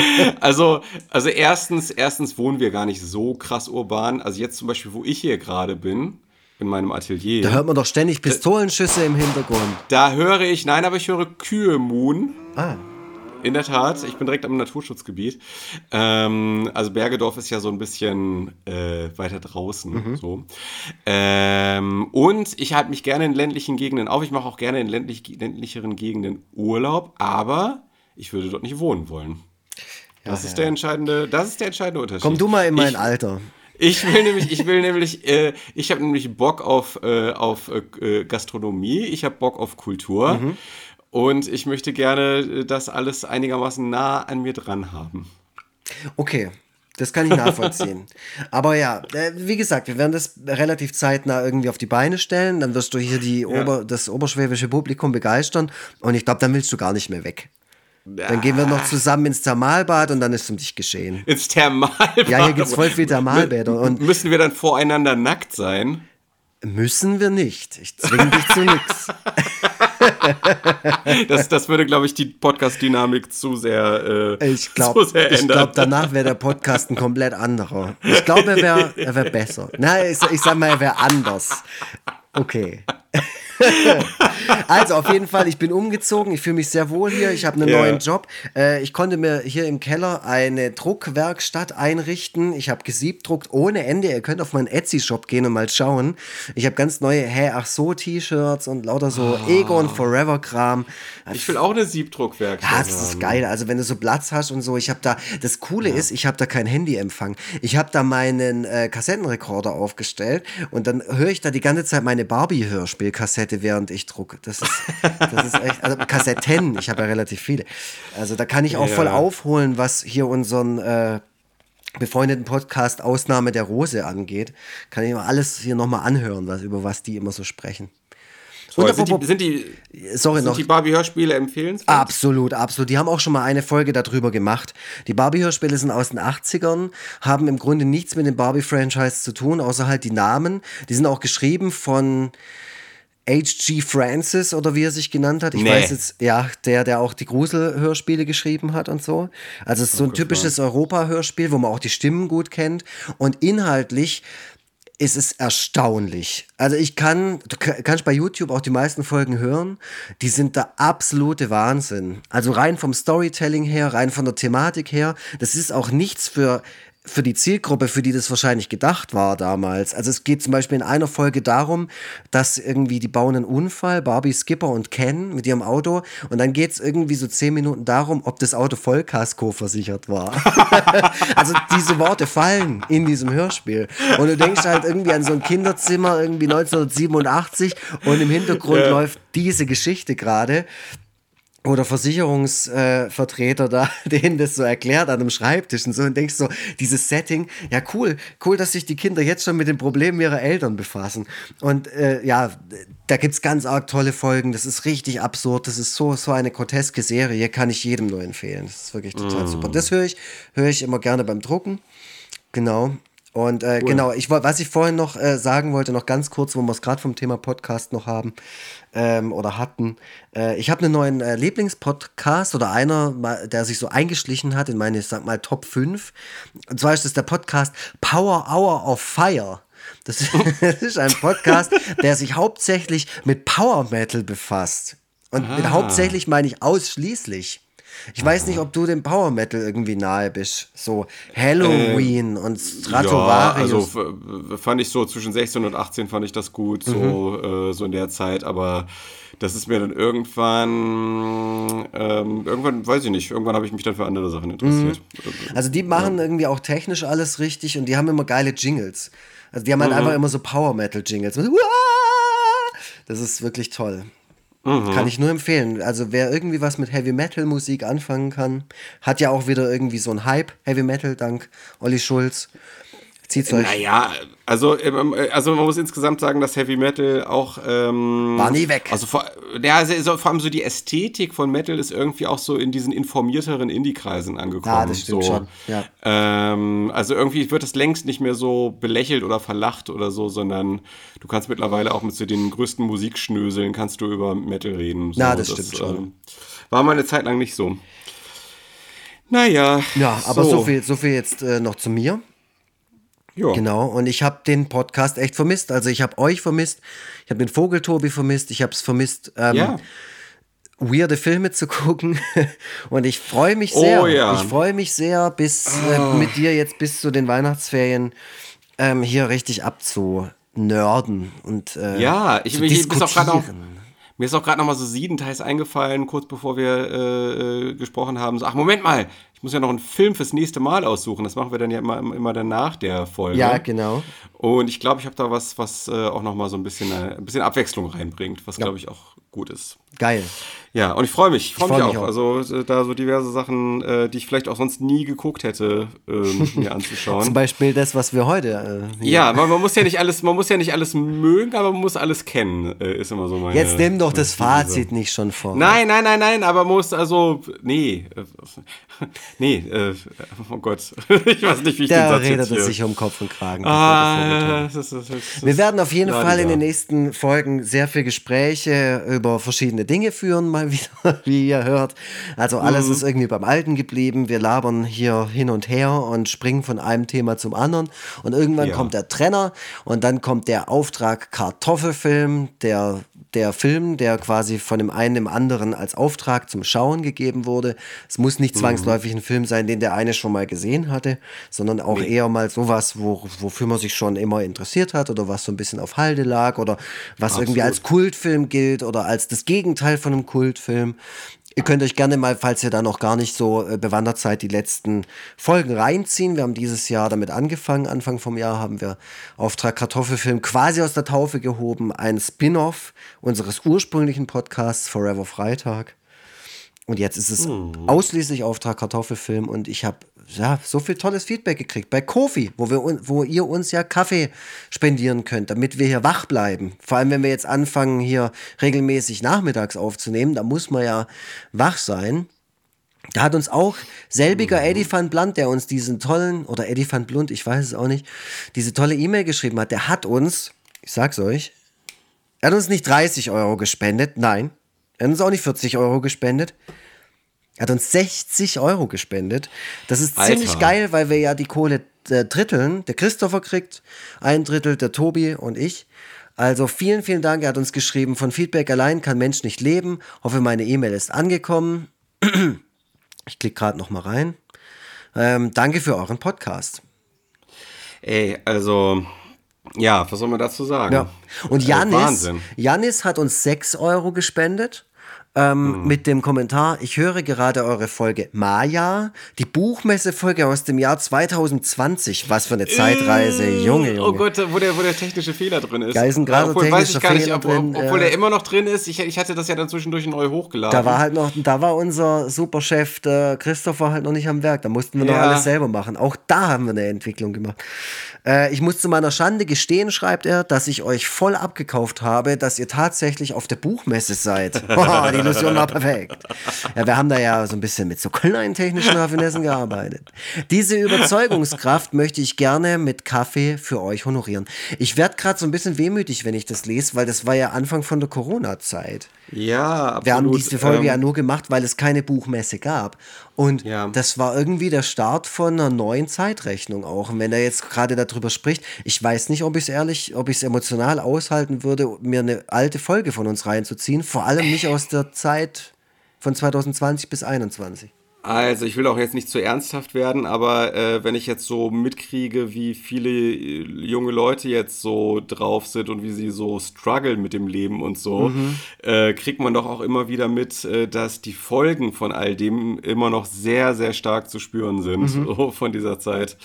also, also erstens, erstens wohnen wir gar nicht so krass urban. Also jetzt zum Beispiel, wo ich hier gerade bin, in meinem Atelier. Da hört man doch ständig Pistolenschüsse im Hintergrund. Da höre ich, nein, aber ich höre Kühe muhen. Ah. In der Tat, ich bin direkt am Naturschutzgebiet. Ähm, also Bergedorf ist ja so ein bisschen äh, weiter draußen. Mhm. So. Ähm, und ich halte mich gerne in ländlichen Gegenden auf. Ich mache auch gerne in ländlich, ländlicheren Gegenden Urlaub, aber ich würde dort nicht wohnen wollen. Ja, das, ist ja. der entscheidende, das ist der entscheidende Unterschied. Komm du mal in mein ich, Alter. Ich will nämlich, ich will nämlich, äh, ich habe nämlich Bock auf, äh, auf äh, Gastronomie, ich habe Bock auf Kultur. Mhm. Und ich möchte gerne das alles einigermaßen nah an mir dran haben. Okay, das kann ich nachvollziehen. Aber ja, äh, wie gesagt, wir werden das relativ zeitnah irgendwie auf die Beine stellen. Dann wirst du hier die ja. Ober, das oberschwäbische Publikum begeistern. Und ich glaube, dann willst du gar nicht mehr weg. Dann gehen wir noch zusammen ins Thermalbad und dann ist um dich geschehen. Ins Thermalbad? Ja, hier gibt es voll viele Thermalbäder. Und müssen wir dann voreinander nackt sein? Müssen wir nicht. Ich zwinge dich zu nichts. Das, das würde, glaube ich, die Podcast-Dynamik zu sehr, äh, ich glaub, zu sehr ändern. Ich glaube, danach wäre der Podcast ein komplett anderer. Ich glaube, er wäre er wär besser. Nein, ich, ich sag mal, er wäre anders. Okay. Also auf jeden Fall, ich bin umgezogen, ich fühle mich sehr wohl hier, ich habe einen ja. neuen Job. Äh, ich konnte mir hier im Keller eine Druckwerkstatt einrichten. Ich habe gesiebdruckt ohne Ende. Ihr könnt auf meinen Etsy-Shop gehen und mal schauen. Ich habe ganz neue Hä, ach so T-Shirts und lauter so oh. Egon Forever Kram. Ich will auch eine Siebdruckwerkstatt. Ja, das ist geil. Also wenn du so Platz hast und so, ich habe da, das Coole ja. ist, ich habe da kein Handyempfang. Ich habe da meinen äh, Kassettenrekorder aufgestellt und dann höre ich da die ganze Zeit meine Barbie-Hörspielkassette, während ich drucke. Das ist, das ist echt, also Kassetten, ich habe ja relativ viele. Also da kann ich auch ja. voll aufholen, was hier unseren äh, befreundeten Podcast Ausnahme der Rose angeht. Kann ich immer alles hier nochmal anhören, was, über was die immer so sprechen. So, sind, die, sind, die, sorry, sind noch. die Barbie-Hörspiele empfehlenswert? Absolut, absolut. Die haben auch schon mal eine Folge darüber gemacht. Die Barbie-Hörspiele sind aus den achtzigern, haben im Grunde nichts mit dem Barbie-Franchise zu tun, außer halt die Namen. Die sind auch geschrieben von H G Francis oder wie er sich genannt hat. Ich nee. weiß jetzt, ja, der, der auch die Grusel-Hörspiele geschrieben hat und so. Also es ist so ein okay, typisches Europa-Hörspiel, wo man auch die Stimmen gut kennt. Und inhaltlich ist es erstaunlich. Also ich kann, du kannst bei YouTube auch die meisten Folgen hören, die sind der absolute Wahnsinn. Also rein vom Storytelling her, rein von der Thematik her, das ist auch nichts für für die Zielgruppe, für die das wahrscheinlich gedacht war damals. Also es geht zum Beispiel in einer Folge darum, dass irgendwie die bauen einen Unfall, Barbie, Skipper und Ken mit ihrem Auto und dann geht es irgendwie so zehn Minuten darum, ob das Auto Vollkasko versichert war. Also diese Worte fallen in diesem Hörspiel und du denkst halt irgendwie an so ein Kinderzimmer irgendwie neunzehnhundertsiebenundachtzig und im Hintergrund ja. läuft diese Geschichte gerade. Oder Versicherungsvertreter äh, da, denen das so erklärt an einem Schreibtisch und so und denkst so, dieses Setting, ja cool, cool, dass sich die Kinder jetzt schon mit den Problemen ihrer Eltern befassen. Und äh, ja, da gibt's ganz arg tolle Folgen, das ist richtig absurd, das ist so, so eine groteske Serie, kann ich jedem nur empfehlen. Das ist wirklich total mm. super. Das höre ich, höre ich immer gerne beim Drucken. Genau. Und äh, cool. genau, ich, was ich vorhin noch äh, sagen wollte, noch ganz kurz, wo wir es gerade vom Thema Podcast noch haben ähm, oder hatten. Äh, ich habe einen neuen äh, Lieblingspodcast oder einer, der sich so eingeschlichen hat in meine, ich sag mal, Top fünf. Und zwar ist das der Podcast Power Hour of Fire. Das, das ist ein Podcast, der sich hauptsächlich mit Power Metal befasst. Und ah. mit hauptsächlich meine ich ausschließlich. Ich weiß nicht, ob du dem Power Metal irgendwie nahe bist. So Halloween äh, und Stratovarius. Ja, also f- fand ich so zwischen sechzehn und achtzehn fand ich das gut, so, mhm. äh, so in der Zeit. Aber das ist mir dann irgendwann, ähm, irgendwann, weiß ich nicht, irgendwann habe ich mich dann für andere Sachen interessiert. Mhm. Also die machen ja. irgendwie auch technisch alles richtig und die haben immer geile Jingles. Also die haben halt mhm. einfach immer so Power Metal Jingles. Das ist wirklich toll. Mhm. Kann ich nur empfehlen. Also wer irgendwie was mit Heavy Metal Musik anfangen kann, hat ja auch wieder irgendwie so einen Hype, Heavy Metal, dank Olli Schulz. Zieht's euch. Naja, also, also man muss insgesamt sagen, dass Heavy Metal auch ähm, war nie weg. Also vor, ja, also vor allem so die Ästhetik von Metal ist irgendwie auch so in diesen informierteren Indie-Kreisen angekommen. Ja, das stimmt so. schon. Ja. Ähm, also irgendwie wird das längst nicht mehr so belächelt oder verlacht oder so, sondern du kannst mittlerweile auch mit so den größten Musikschnöseln kannst du über Metal reden. So. Ja, das, das stimmt ähm, schon. War mal eine Zeit lang nicht so. Naja. Ja, aber so, so viel, so viel jetzt äh, noch zu mir. Jo. Genau, und ich habe den Podcast echt vermisst. Also ich habe euch vermisst, ich habe den Vogeltobi vermisst, ich habe es vermisst, ähm, ja. weirde Filme zu gucken. Und ich freue mich sehr. Oh, ja. Ich freue mich sehr, bis äh, oh. mit dir jetzt bis zu den Weihnachtsferien ähm, hier richtig abzunörden. Und, äh, ja, ich zu will diskutieren. Bis auch noch, mir ist auch gerade noch mal so Siedenteils eingefallen, kurz bevor wir äh, gesprochen haben. So, ach, Moment mal, ich ich muss ja noch einen Film fürs nächste Mal aussuchen. Das machen wir dann ja immer, immer dann nach der Folge. Ja, genau. Und ich glaube, ich habe da was, was äh, auch nochmal so ein bisschen, äh, ein bisschen Abwechslung reinbringt, was, Ja. glaube ich, auch gut ist. Geil. Ja, und ich freue mich, ich freue Ich mich, freu mich auch. auch. Also äh, da so diverse Sachen, äh, die ich vielleicht auch sonst nie geguckt hätte, ähm, mir anzuschauen. Zum Beispiel das, was wir heute. Äh, hier- Ja, man, man muss ja nicht alles, man muss ja nicht alles mögen, aber man muss alles kennen, äh, ist immer so meine. Jetzt nimm doch das meine Devise. Fazit nicht schon vor. Nein, nein, nein, nein, aber muss, also, nee, äh, nee, äh, oh Gott, ich weiß nicht, wie ich den Da Satz redet jetzt es hier. sich um Kopf und Kragen. Ah, das ist, das ist, Wir werden auf jeden na, Fall in dieser. den nächsten Folgen sehr viel Gespräche über verschiedene Dinge führen, mal wieder, wie ihr hört. Also alles Mhm. ist irgendwie beim Alten geblieben. Wir labern hier hin und her und springen von einem Thema zum anderen. Und irgendwann Ja. kommt der Trenner und dann kommt der Auftrag Kartoffelfilm, der der Film, der quasi von dem einen dem anderen als Auftrag zum Schauen gegeben wurde. Es muss nicht zwangsläufig ein Film sein, den der eine schon mal gesehen hatte, sondern auch eher mal sowas, wo, wofür man sich schon immer interessiert hat oder was so ein bisschen auf Halde lag oder was irgendwie als Kultfilm gilt oder als das Gegenteil von einem Kultfilm. Ihr könnt euch gerne mal, falls ihr da noch gar nicht so äh, bewandert seid, die letzten Folgen reinziehen. Wir haben dieses Jahr damit angefangen. Anfang vom Jahr haben wir Auftrag Kartoffelfilm quasi aus der Taufe gehoben. Ein Spin-off unseres ursprünglichen Podcasts Forever Freitag. Und jetzt ist es ausschließlich Auftrag Kartoffelfilm und ich habe ja, so viel tolles Feedback gekriegt bei Ko-fi, wo, wir, un- wo ihr uns ja Kaffee spendieren könnt, damit wir hier wach bleiben. Vor allem, wenn wir jetzt anfangen, hier regelmäßig nachmittags aufzunehmen, da muss man ja wach sein. Da hat uns auch selbiger Eddie van Blunt, der uns diesen tollen, oder Eddie van Blunt, ich weiß es auch nicht, diese tolle E-Mail geschrieben hat, der hat uns, ich sag's euch, er hat uns nicht dreißig Euro gespendet, nein, er hat uns auch nicht vierzig Euro gespendet, er hat uns sechzig Euro gespendet. Das ist Alter. ziemlich geil, weil wir ja die Kohle äh, dritteln. Der Christopher kriegt ein Drittel, der Tobi und ich. Also vielen, vielen Dank. Er hat uns geschrieben, von Feedback allein kann Mensch nicht leben. Hoffe, meine E-Mail ist angekommen. Ich klicke gerade noch mal rein. Ähm, danke für euren Podcast. Ey, also, ja, was soll man dazu sagen? Ja. Und Äh, Janis, Wahnsinn. Janis hat uns sechs Euro gespendet. Ähm, mit dem Kommentar, ich höre gerade eure Folge Maya, die Buchmesse-Folge aus dem Jahr zwanzig zwanzig. Was für eine Zeitreise, Junge, Junge. Oh Gott, wo der, wo der technische Fehler drin ist. Da ist ein gerade Obwohl, weiß ich technischer gar nicht, Fehler ob, drin, ob, obwohl ja. der immer noch drin ist. Ich, ich hatte das ja dann zwischendurch neu hochgeladen. Da war halt noch, da war unser Superchef, der Christopher, halt noch nicht am Werk. Da mussten wir noch Ja. alles selber machen. Auch da haben wir eine Entwicklung gemacht. Äh, ich muss zu meiner Schande gestehen, schreibt er, dass ich euch voll abgekauft habe, dass ihr tatsächlich auf der Buchmesse seid. Oh, die Illusion war perfekt. Ja, wir haben da ja so ein bisschen mit so kleinen technischen Raffinessen gearbeitet. Diese Überzeugungskraft möchte ich gerne mit Kaffee für euch honorieren. Ich werde gerade so ein bisschen wehmütig, wenn ich das lese, weil das war ja Anfang von der Corona-Zeit. Ja, absolut. Wir haben diese Folge ähm, ja nur gemacht, weil es keine Buchmesse gab. Und Ja. das war irgendwie der Start von einer neuen Zeitrechnung auch. Und wenn er jetzt gerade darüber spricht, ich weiß nicht, ob ich es ehrlich, ob ich es emotional aushalten würde, mir eine alte Folge von uns reinzuziehen. Vor allem nicht aus der Zeit von zwanzig zwanzig bis einundzwanzig. Also ich will auch jetzt nicht zu ernsthaft werden, aber äh, wenn ich jetzt so mitkriege, wie viele äh, junge Leute jetzt so drauf sind und wie sie so strugglen mit dem Leben und so, äh, kriegt man doch auch immer wieder mit, äh, dass die Folgen von all dem immer noch sehr, sehr stark zu spüren sind, so von dieser Zeit.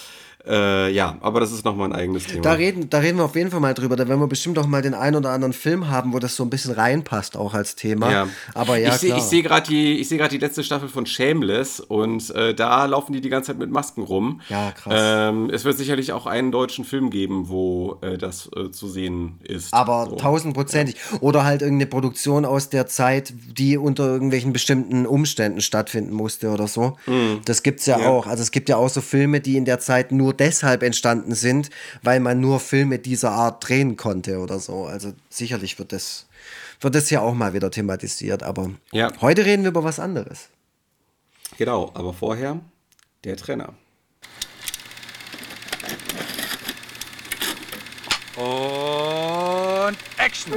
Äh, ja, aber das ist nochmal ein eigenes Thema. Da reden, da reden wir auf jeden Fall mal drüber. Da werden wir bestimmt auch mal den einen oder anderen Film haben, wo das so ein bisschen reinpasst, auch als Thema. Ja. Aber ja, ich sehe klar. ich seh gerade die, ich seh grad die letzte Staffel von Shameless und äh, da laufen die die ganze Zeit mit Masken rum. Ja, krass. Ähm, es wird sicherlich auch einen deutschen Film geben, wo äh, das äh, zu sehen ist. Aber So. tausendprozentig. Oder halt irgendeine Produktion aus der Zeit, die unter irgendwelchen bestimmten Umständen stattfinden musste oder so. Das gibt's ja, Ja. auch. Also es gibt ja auch so Filme, die in der Zeit nur deshalb entstanden sind, weil man nur Filme dieser Art drehen konnte oder so. Also sicherlich wird das, wird das ja auch mal wieder thematisiert. Aber Ja. heute reden wir über was anderes. Genau, aber vorher der Trenner. Und Action!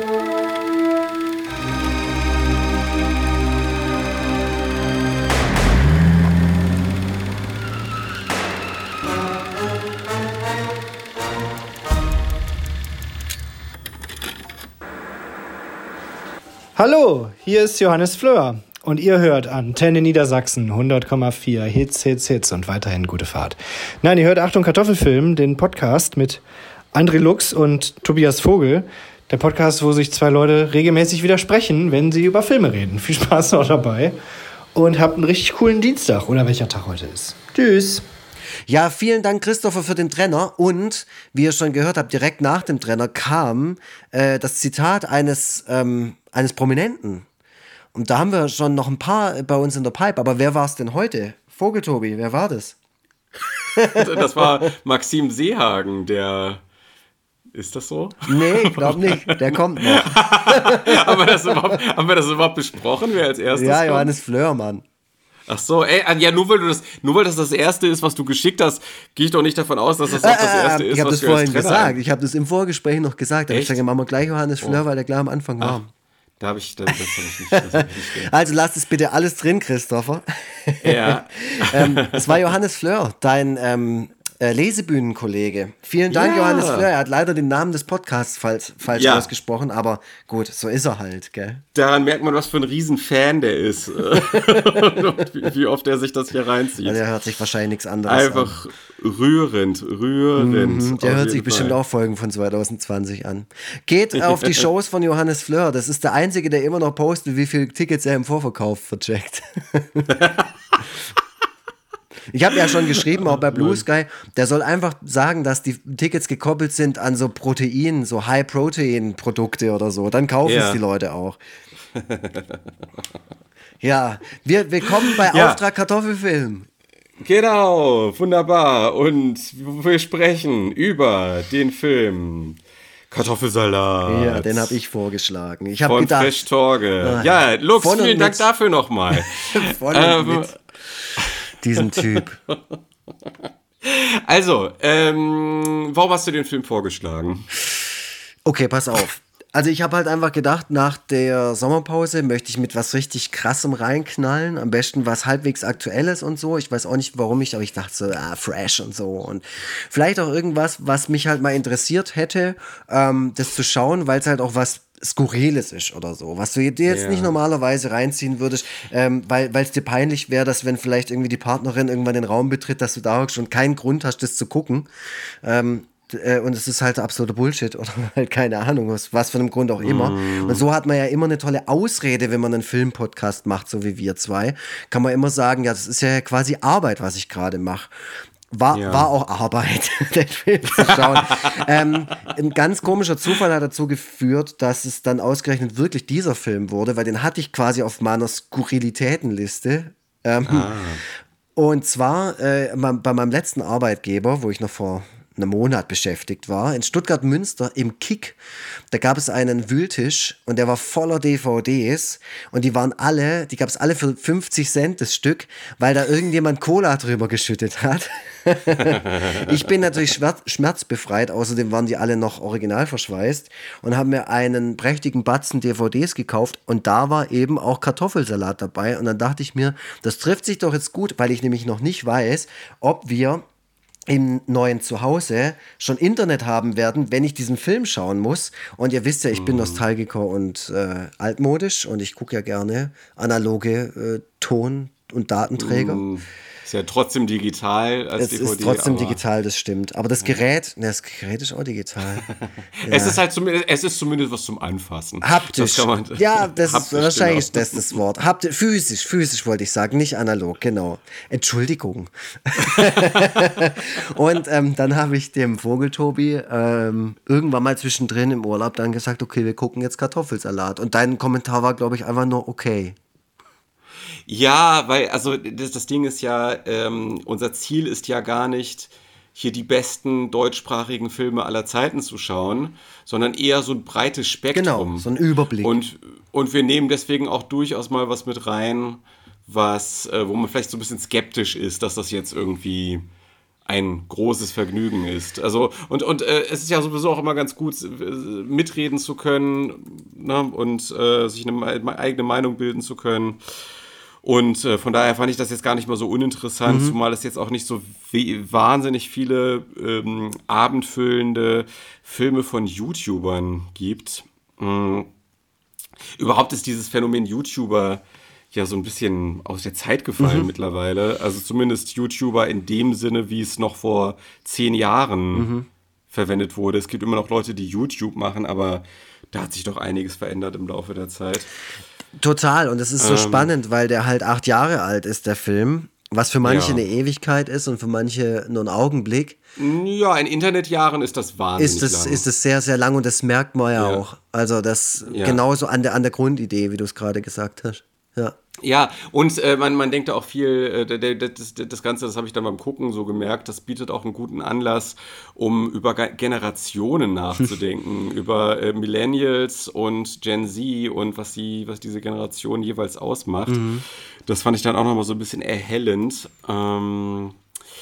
Hallo, hier ist Johannes Fleur. Und ihr hört Antenne Niedersachsen, hundert Komma vier, Hits, Hits, Hits und weiterhin gute Fahrt. Nein, ihr hört Achtung Kartoffelfilm, den Podcast mit André Lux und Tobias Vogel. Der Podcast, wo sich zwei Leute regelmäßig widersprechen, wenn sie über Filme reden. Viel Spaß noch dabei. Und habt einen richtig coolen Dienstag, oder welcher Tag heute ist. Tschüss. Ja, vielen Dank, Christopher, für den Trenner. Und, wie ihr schon gehört habt, direkt nach dem Trenner kam äh, das Zitat eines, ähm, eines Prominenten. Und da haben wir schon noch ein paar bei uns in der Pipe. Aber wer war es denn heute? Vogeltobi, wer war das? Das war Maxim Seehagen, der... Ist das so? Nee, ich glaube nicht. Der kommt noch. haben, wir das überhaupt, haben wir das überhaupt besprochen, wer als erstes Ja, kommt? Johannes Fleur, Mann. Ach so, ey, ja, nur weil du das, nur weil das das erste ist, was du geschickt hast, gehe ich doch nicht davon aus, dass das auch das erste äh, ist, ich habe was das wir als vorhin Trainer gesagt. haben. Ich habe das im Vorgespräch noch gesagt. Da habe ich Echt? gesagt, machen wir gleich Johannes Fleur, Oh. weil der gleich am Anfang war. Da habe ich, das, das hab ich nicht, das hab ich nicht gehört. Also lass es bitte alles drin, Christopher. Ja. ähm, es war Johannes Fleur, dein ähm, äh, Lesebühnenkollege. Vielen Dank, Ja. Johannes Fleur. Er hat leider den Namen des Podcasts falsch, falsch Ja. ausgesprochen, aber gut, so ist er halt, gell? Daran merkt man, was für ein Riesenfan der ist. Und wie, wie oft er sich das hier reinzieht. Weil der hört sich wahrscheinlich nichts anderes Einfach rührend, rührend. an. Der auf hört sich jeden bestimmt Fall. auch Folgen von zwanzig zwanzig an. Geht auf die Shows von Johannes Fleur. Das ist der Einzige, der immer noch postet, wie viele Tickets er im Vorverkauf vercheckt. Ich habe ja schon geschrieben, auch bei Blue Sky, der soll einfach sagen, dass die Tickets gekoppelt sind an so Protein, so High-Protein-Produkte oder so. Dann kaufen Ja. es die Leute auch. Ja, wir, wir kommen bei Ja. Auftrag Kartoffelfilm. Genau, wunderbar. Und wir sprechen über den Film Kartoffelsalat. Ja, den habe ich vorgeschlagen. Ich habe Von gedacht, Fresh Torge. Ah, Ja, Lux, von und vielen Dank mit. dafür nochmal. von und ähm, mit diesem Typ. Also, ähm, warum hast du den Film vorgeschlagen? Okay, pass auf. Also ich habe halt einfach gedacht, nach der Sommerpause möchte ich mit was richtig Krassem reinknallen. Am besten was halbwegs Aktuelles und so. Ich weiß auch nicht, warum ich, aber ich dachte so, ah, fresh und so. Und vielleicht auch irgendwas, was mich halt mal interessiert hätte, ähm, das zu schauen, weil es halt auch was Skurriles ist oder so, was du dir jetzt Ja. nicht normalerweise reinziehen würdest, ähm, weil es dir peinlich wäre, dass wenn vielleicht irgendwie die Partnerin irgendwann den Raum betritt, dass du da hockst und keinen Grund hast, das zu gucken. Ähm, äh, und es ist halt absoluter Bullshit oder halt keine Ahnung, was, was für einem Grund auch immer. Mm. Und so hat man ja immer eine tolle Ausrede, wenn man einen Filmpodcast macht, so wie wir zwei, kann man immer sagen, ja, das ist ja quasi Arbeit, was ich gerade mache. War, Ja. war auch Arbeit, den Film zu schauen. ähm, ein ganz komischer Zufall hat dazu geführt, dass es dann ausgerechnet wirklich dieser Film wurde, weil den hatte ich quasi auf meiner Skurrilitätenliste. Ähm, Ah. Und zwar äh, bei meinem letzten Arbeitgeber, wo ich noch vor einem Monat beschäftigt war, in Stuttgart-Münster im Kick, da gab es einen Wühltisch und der war voller D V Ds und die waren alle, die gab es alle für fünfzig Cent das Stück, weil da irgendjemand Cola drüber geschüttet hat. Ich bin natürlich schmerz, schmerzbefreit, außerdem waren die alle noch original verschweißt und habe mir einen prächtigen Batzen D V Ds gekauft und da war eben auch Kartoffelsalat dabei und dann dachte ich mir, das trifft sich doch jetzt gut, weil ich nämlich noch nicht weiß, ob wir im neuen Zuhause schon Internet haben werden, wenn ich diesen Film schauen muss. Und ihr wisst ja, ich bin Nostalgiker und äh, altmodisch und ich gucke ja gerne analoge äh, Ton- und Datenträger. Ist ja trotzdem digital als Es D V D. ist trotzdem aber digital, das stimmt. Aber das Gerät, ne, das Gerät ist auch digital. Es ist halt zumindest, es ist zumindest was zum Anfassen. Haptisch. Das kann man, ja, das haptisch, ist wahrscheinlich genau. das, das Wort. Haptisch, physisch, physisch wollte ich sagen, nicht analog, genau. Entschuldigung. Und ähm, dann habe ich dem Vogeltobi ähm, irgendwann mal zwischendrin im Urlaub dann gesagt, okay, wir gucken jetzt Kartoffelsalat. Und dein Kommentar war, glaube ich, einfach nur okay. Ja, weil, also das, das Ding ist ja, ähm, unser Ziel ist ja gar nicht, hier die besten deutschsprachigen Filme aller Zeiten zu schauen, sondern eher so ein breites Spektrum. Genau, so ein Überblick. Und, und wir nehmen deswegen auch durchaus mal was mit rein, was, äh, wo man vielleicht so ein bisschen skeptisch ist, dass das jetzt irgendwie ein großes Vergnügen ist. Also, und, und äh, es ist ja sowieso auch immer ganz gut, äh, mitreden zu können, ne? Und äh, sich eine, eine eigene Meinung bilden zu können. Und äh, von daher fand ich das jetzt gar nicht mal so uninteressant, Mhm. zumal es jetzt auch nicht so we- wahnsinnig viele ähm, abendfüllende Filme von YouTubern gibt. Mhm. Überhaupt ist dieses Phänomen YouTuber ja so ein bisschen aus der Zeit gefallen mhm. mittlerweile. Also zumindest YouTuber in dem Sinne, wie es noch vor zehn Jahren mhm. verwendet wurde. Es gibt immer noch Leute, die YouTube machen, aber da hat sich doch einiges verändert im Laufe der Zeit. Total. Und es ist so ähm, spannend, weil der halt acht Jahre alt ist, der Film. Was für manche ja. eine Ewigkeit ist und für manche nur ein Augenblick. Ja, in Internetjahren ist das wahnsinnig ist es, lang. Ist es sehr, sehr lang und das merkt man ja, ja. auch. Also das ja. genauso an der, an der Grundidee, wie du es gerade gesagt hast. Ja. Ja, und äh, man, man denkt da auch viel, äh, das, das Ganze, das habe ich dann beim Gucken so gemerkt, das bietet auch einen guten Anlass, um über Generationen nachzudenken, über äh, Millennials und Gen Z und was, die, was diese Generation jeweils ausmacht. Mhm. Das fand ich dann auch nochmal so ein bisschen erhellend. Ähm,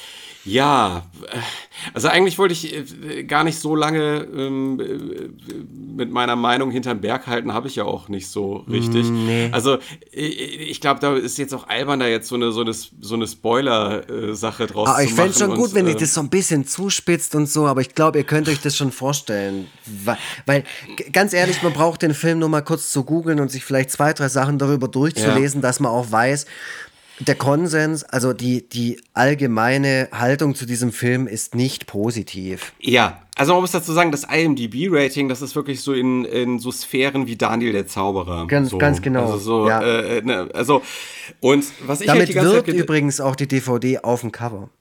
ja, also eigentlich wollte ich äh, gar nicht so lange ähm, äh, mit meiner Meinung hinterm Berg halten, habe ich ja auch nicht so richtig. Nee. Also ich, ich glaube, da ist jetzt auch albern, da jetzt so eine, so eine, so eine Spoiler-Sache draus aber zu machen. Ich fände es schon gut, und, wenn äh, ihr das so ein bisschen zuspitzt und so, aber ich glaube, ihr könnt euch das schon vorstellen. Weil, weil, g- ganz ehrlich, man braucht den Film nur mal kurz zu googeln und sich vielleicht zwei, drei Sachen darüber durchzulesen, ja. dass man auch weiß, der Konsens, also die, die allgemeine Haltung zu diesem Film ist nicht positiv. Ja, also man muss dazu sagen, das I M D B-Rating, das ist wirklich so in, in so Sphären wie Daniel der Zauberer. Ganz, so. ganz genau. Also, so, ja. äh, ne, also und was ich Damit halt die ganze wirbt Zeit übrigens auch die D V D auf dem Cover.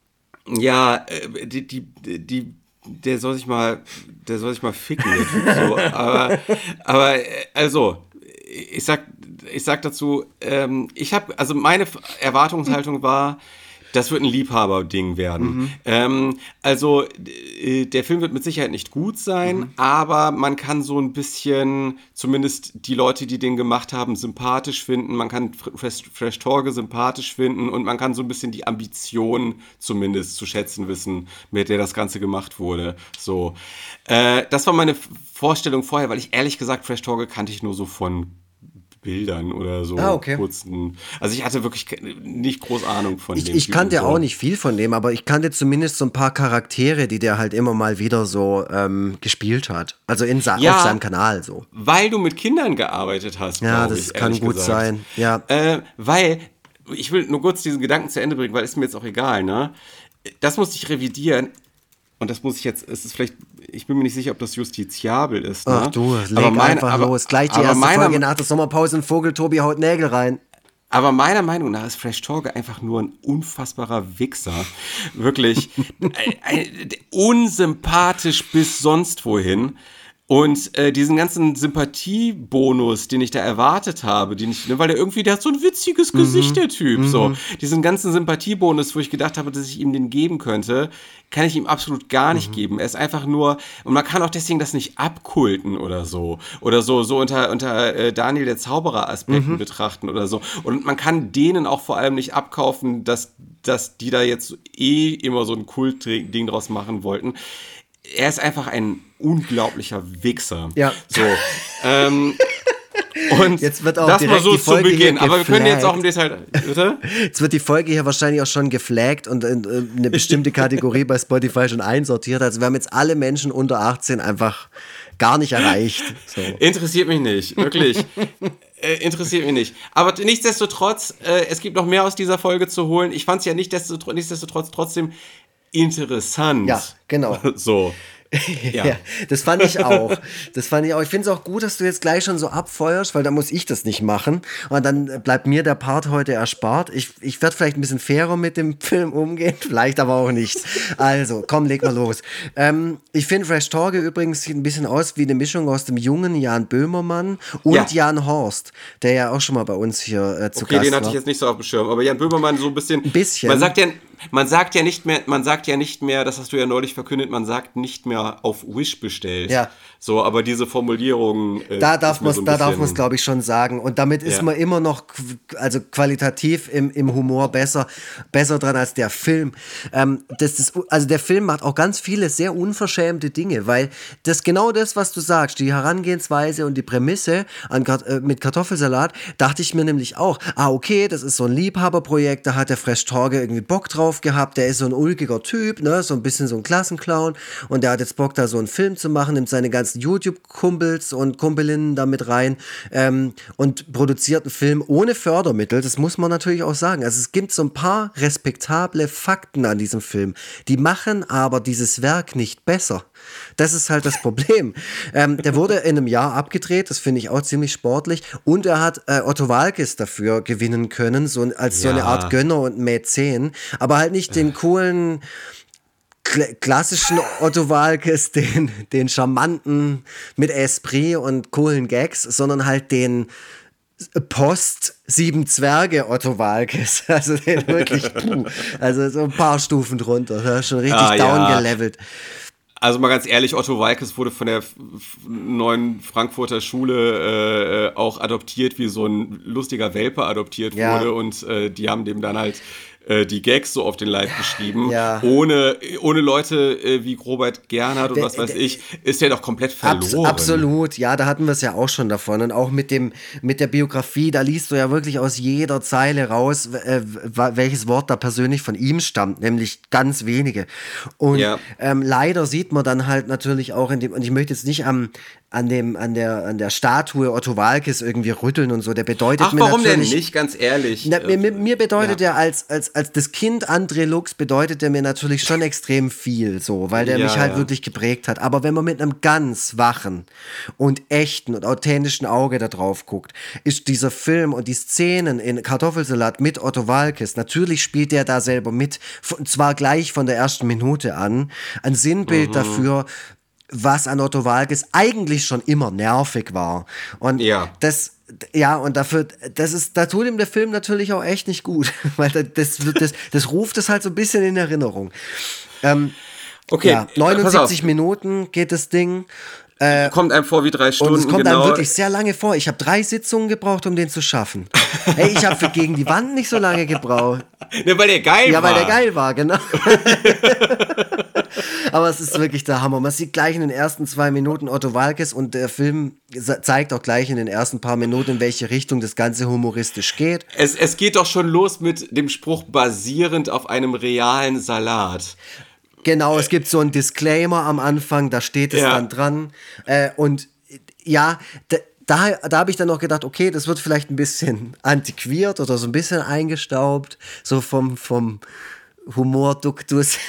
Ja, äh, die, die, die, der soll sich mal, der soll sich mal ficken, der Typ so. Aber, aber also, ich sag, ich sag dazu, ähm, ich habe, also meine Erwartungshaltung war, das wird ein Liebhaberding werden. Mhm. Ähm, also äh, der Film wird mit Sicherheit nicht gut sein, mhm. aber man kann so ein bisschen, zumindest die Leute, die den gemacht haben, sympathisch finden. Man kann Fresh, Fresh Torge sympathisch finden und man kann so ein bisschen die Ambition zumindest zu schätzen wissen, mit der das Ganze gemacht wurde. So, äh, das war meine Vorstellung vorher, weil ich ehrlich gesagt Fresh Torge kannte ich nur so von Bildern oder so ah, okay. kurzen. Also ich hatte wirklich nicht groß Ahnung von ich, dem. Ich kannte ja so. auch nicht viel von dem, aber ich kannte zumindest so ein paar Charaktere, die der halt immer mal wieder so ähm, gespielt hat. Also in sa- ja, auf seinem Kanal so. Weil du mit Kindern gearbeitet hast, ja, glaube das ich, kann gut gesagt. sein. Ja. Äh, weil, ich will nur kurz diesen Gedanken zu Ende bringen, weil ist mir jetzt auch egal, ne? Das musste ich revidieren. Und das muss ich jetzt, es ist vielleicht, ich bin mir nicht sicher, ob das justiziabel ist. Ne? Ach du, leg aber meine, einfach aber, los. Gleich die aber erste meiner, Folge nach der Sommerpause in Vogel Tobi haut Nägel rein. Aber meiner Meinung nach ist Fresh Torge einfach nur ein unfassbarer Wichser. Wirklich äh, äh, unsympathisch bis sonst wohin. Und äh, diesen ganzen Sympathiebonus, den ich da erwartet habe, den ich, ne, weil der irgendwie, der hat so ein witziges mhm. Gesicht, der Typ, mhm. so. Diesen ganzen Sympathiebonus, wo ich gedacht habe, dass ich ihm den geben könnte, kann ich ihm absolut gar nicht mhm. geben. Er ist einfach nur, und man kann auch deswegen das nicht abkulten oder so. Oder so, so unter, unter äh, Daniel der Zauberer-Aspekten mhm. betrachten oder so. Und man kann denen auch vor allem nicht abkaufen, dass, dass die da jetzt eh immer so ein Kult-Ding draus machen wollten. Er ist einfach ein unglaublicher Wichser. Ja. So. ähm, und jetzt wird auch das mal so die Folge zu Beginn. Aber wir können jetzt auch geflaggt. im Detail. Bitte? Jetzt wird die Folge hier wahrscheinlich auch schon geflaggt und in, in eine bestimmte Kategorie bei Spotify schon einsortiert. Also wir haben jetzt alle Menschen unter achtzehn einfach gar nicht erreicht. So. Interessiert mich nicht, wirklich. äh, interessiert mich nicht. Aber nichtsdestotrotz, äh, es gibt noch mehr aus dieser Folge zu holen. Ich fand es ja nichtsdestotrotz, nichtsdestotrotz trotzdem interessant. Ja, genau. So. Ja. Ja, das fand ich auch. Das fand ich auch. Ich finde es auch gut, dass du jetzt gleich schon so abfeuerst, weil dann muss ich das nicht machen. Und dann bleibt mir der Part heute erspart. Ich, ich werde vielleicht ein bisschen fairer mit dem Film umgehen, vielleicht aber auch nicht. Also, komm, leg mal los. Ähm, ich finde Fresh Torge übrigens sieht ein bisschen aus wie eine Mischung aus dem jungen Jan Böhmermann und ja. Jan Horst, der ja auch schon mal bei uns hier äh, zu okay, Gast war. Den hatte ich jetzt nicht so auf dem Schirm. Aber Jan Böhmermann so ein bisschen. Ein bisschen. Man sagt ja, man sagt ja nicht mehr, man sagt ja nicht mehr, das hast du ja neulich verkündet, man sagt nicht mehr auf Wish bestellt. Ja. So, aber diese Formulierung. Äh, da darf man es, so da darf man es, glaube ich, schon sagen. Und damit ist ja. man immer noch, also qualitativ im, im Humor besser, besser dran als der Film. Ähm, das ist, also der Film macht auch ganz viele sehr unverschämte Dinge, weil das genau das, was du sagst, die Herangehensweise und die Prämisse an, äh, mit Kartoffelsalat, dachte ich mir nämlich auch, ah, okay, das ist so ein Liebhaberprojekt, da hat der Fresh Torge irgendwie Bock drauf. drauf gehabt, der ist so ein ulkiger Typ, ne, so ein bisschen so ein Klassenclown und der hat jetzt Bock, da so einen Film zu machen, nimmt seine ganzen YouTube-Kumpels und Kumpelinnen da mit rein ähm, und produziert einen Film ohne Fördermittel, das muss man natürlich auch sagen. Also es gibt so ein paar respektable Fakten an diesem Film, die machen aber dieses Werk nicht besser. Das ist halt das Problem. ähm, der wurde in einem Jahr abgedreht, das finde ich auch ziemlich sportlich. Und er hat äh, Otto Waalkes dafür gewinnen können, so, als so Ja. eine Art Gönner und Mäzen. Aber halt nicht den coolen, kl- klassischen Otto Waalkes, den, den charmanten mit Esprit und coolen Gags, sondern halt den Post Sieben Zwerge Otto Waalkes. Also den wirklich, puh, also so ein paar Stufen drunter. Ja, schon richtig Ah, down ja. gelevelt. Also mal ganz ehrlich, Otto Waalkes wurde von der f- f- neuen Frankfurter Schule äh, auch adoptiert, wie so ein lustiger Welpe adoptiert Ja. wurde. Und äh, die haben dem dann halt äh, die Gags so auf den Leib geschrieben. Ja. Ohne, ohne Leute äh, wie Robert Gernhardt und Der- was weiß der- ich, ist der doch komplett Abs- verloren. absolut, ja, da hatten wir es ja auch schon davon. Und auch mit dem, mit der Biografie, da liest du ja wirklich aus jeder Zeile raus, äh, w- welches Wort da persönlich von ihm stammt, nämlich ganz wenige. Und Ja. ähm, leider sieht man dann halt natürlich auch in dem, und ich möchte jetzt nicht am, an dem, an der, an der Statue Otto Waalkes irgendwie rütteln und so, der bedeutet Ach, mir warum denn natürlich. nicht, ganz ehrlich? Na, mir, mir- mir bedeutet Ja. er als, als, als das Kind André Lux bedeutet er mir natürlich schon extrem viel, so, weil der Ja, mich halt ja. wirklich geprägt hat. Aber wenn man mit einem ganz wachen und echten und authentischen Auge da drauf guckt, ist dieser Film und die Szenen in Kartoffelsalat mit Otto Waalkes, natürlich spielt der da selber mit, und zwar gleich von der ersten Minute an, ein Sinnbild Mhm. dafür, was an Otto Waalkes eigentlich schon immer nervig war. Und Ja. das, ja, und dafür, das ist, da tut ihm der Film natürlich auch echt nicht gut, weil das, das, wird- das, das ruft es halt so ein bisschen in Erinnerung. Ähm, Okay, ja, pass neunundsiebzig auf. Minuten geht das Ding. Kommt einem vor wie drei Stunden. Und es kommt genau. einem wirklich sehr lange vor. Ich habe drei Sitzungen gebraucht, um den zu schaffen. Hey, ich habe für gegen die Wand nicht so lange gebraucht. Ne, weil der geil Ja, war. weil der geil war, genau. Aber es ist wirklich der Hammer. Man sieht gleich in den ersten zwei Minuten Otto Waalkes und der Film zeigt auch gleich in den ersten paar Minuten, in welche Richtung das Ganze humoristisch geht. Es, es geht doch schon los mit dem Spruch basierend auf einem realen Salat. Genau, es gibt so einen Disclaimer am Anfang, da steht es Ja. dann dran. Äh, und ja, da, da, da habe ich dann noch gedacht, okay, das wird vielleicht ein bisschen antiquiert oder so ein bisschen eingestaubt, so vom, vom Humorduktus.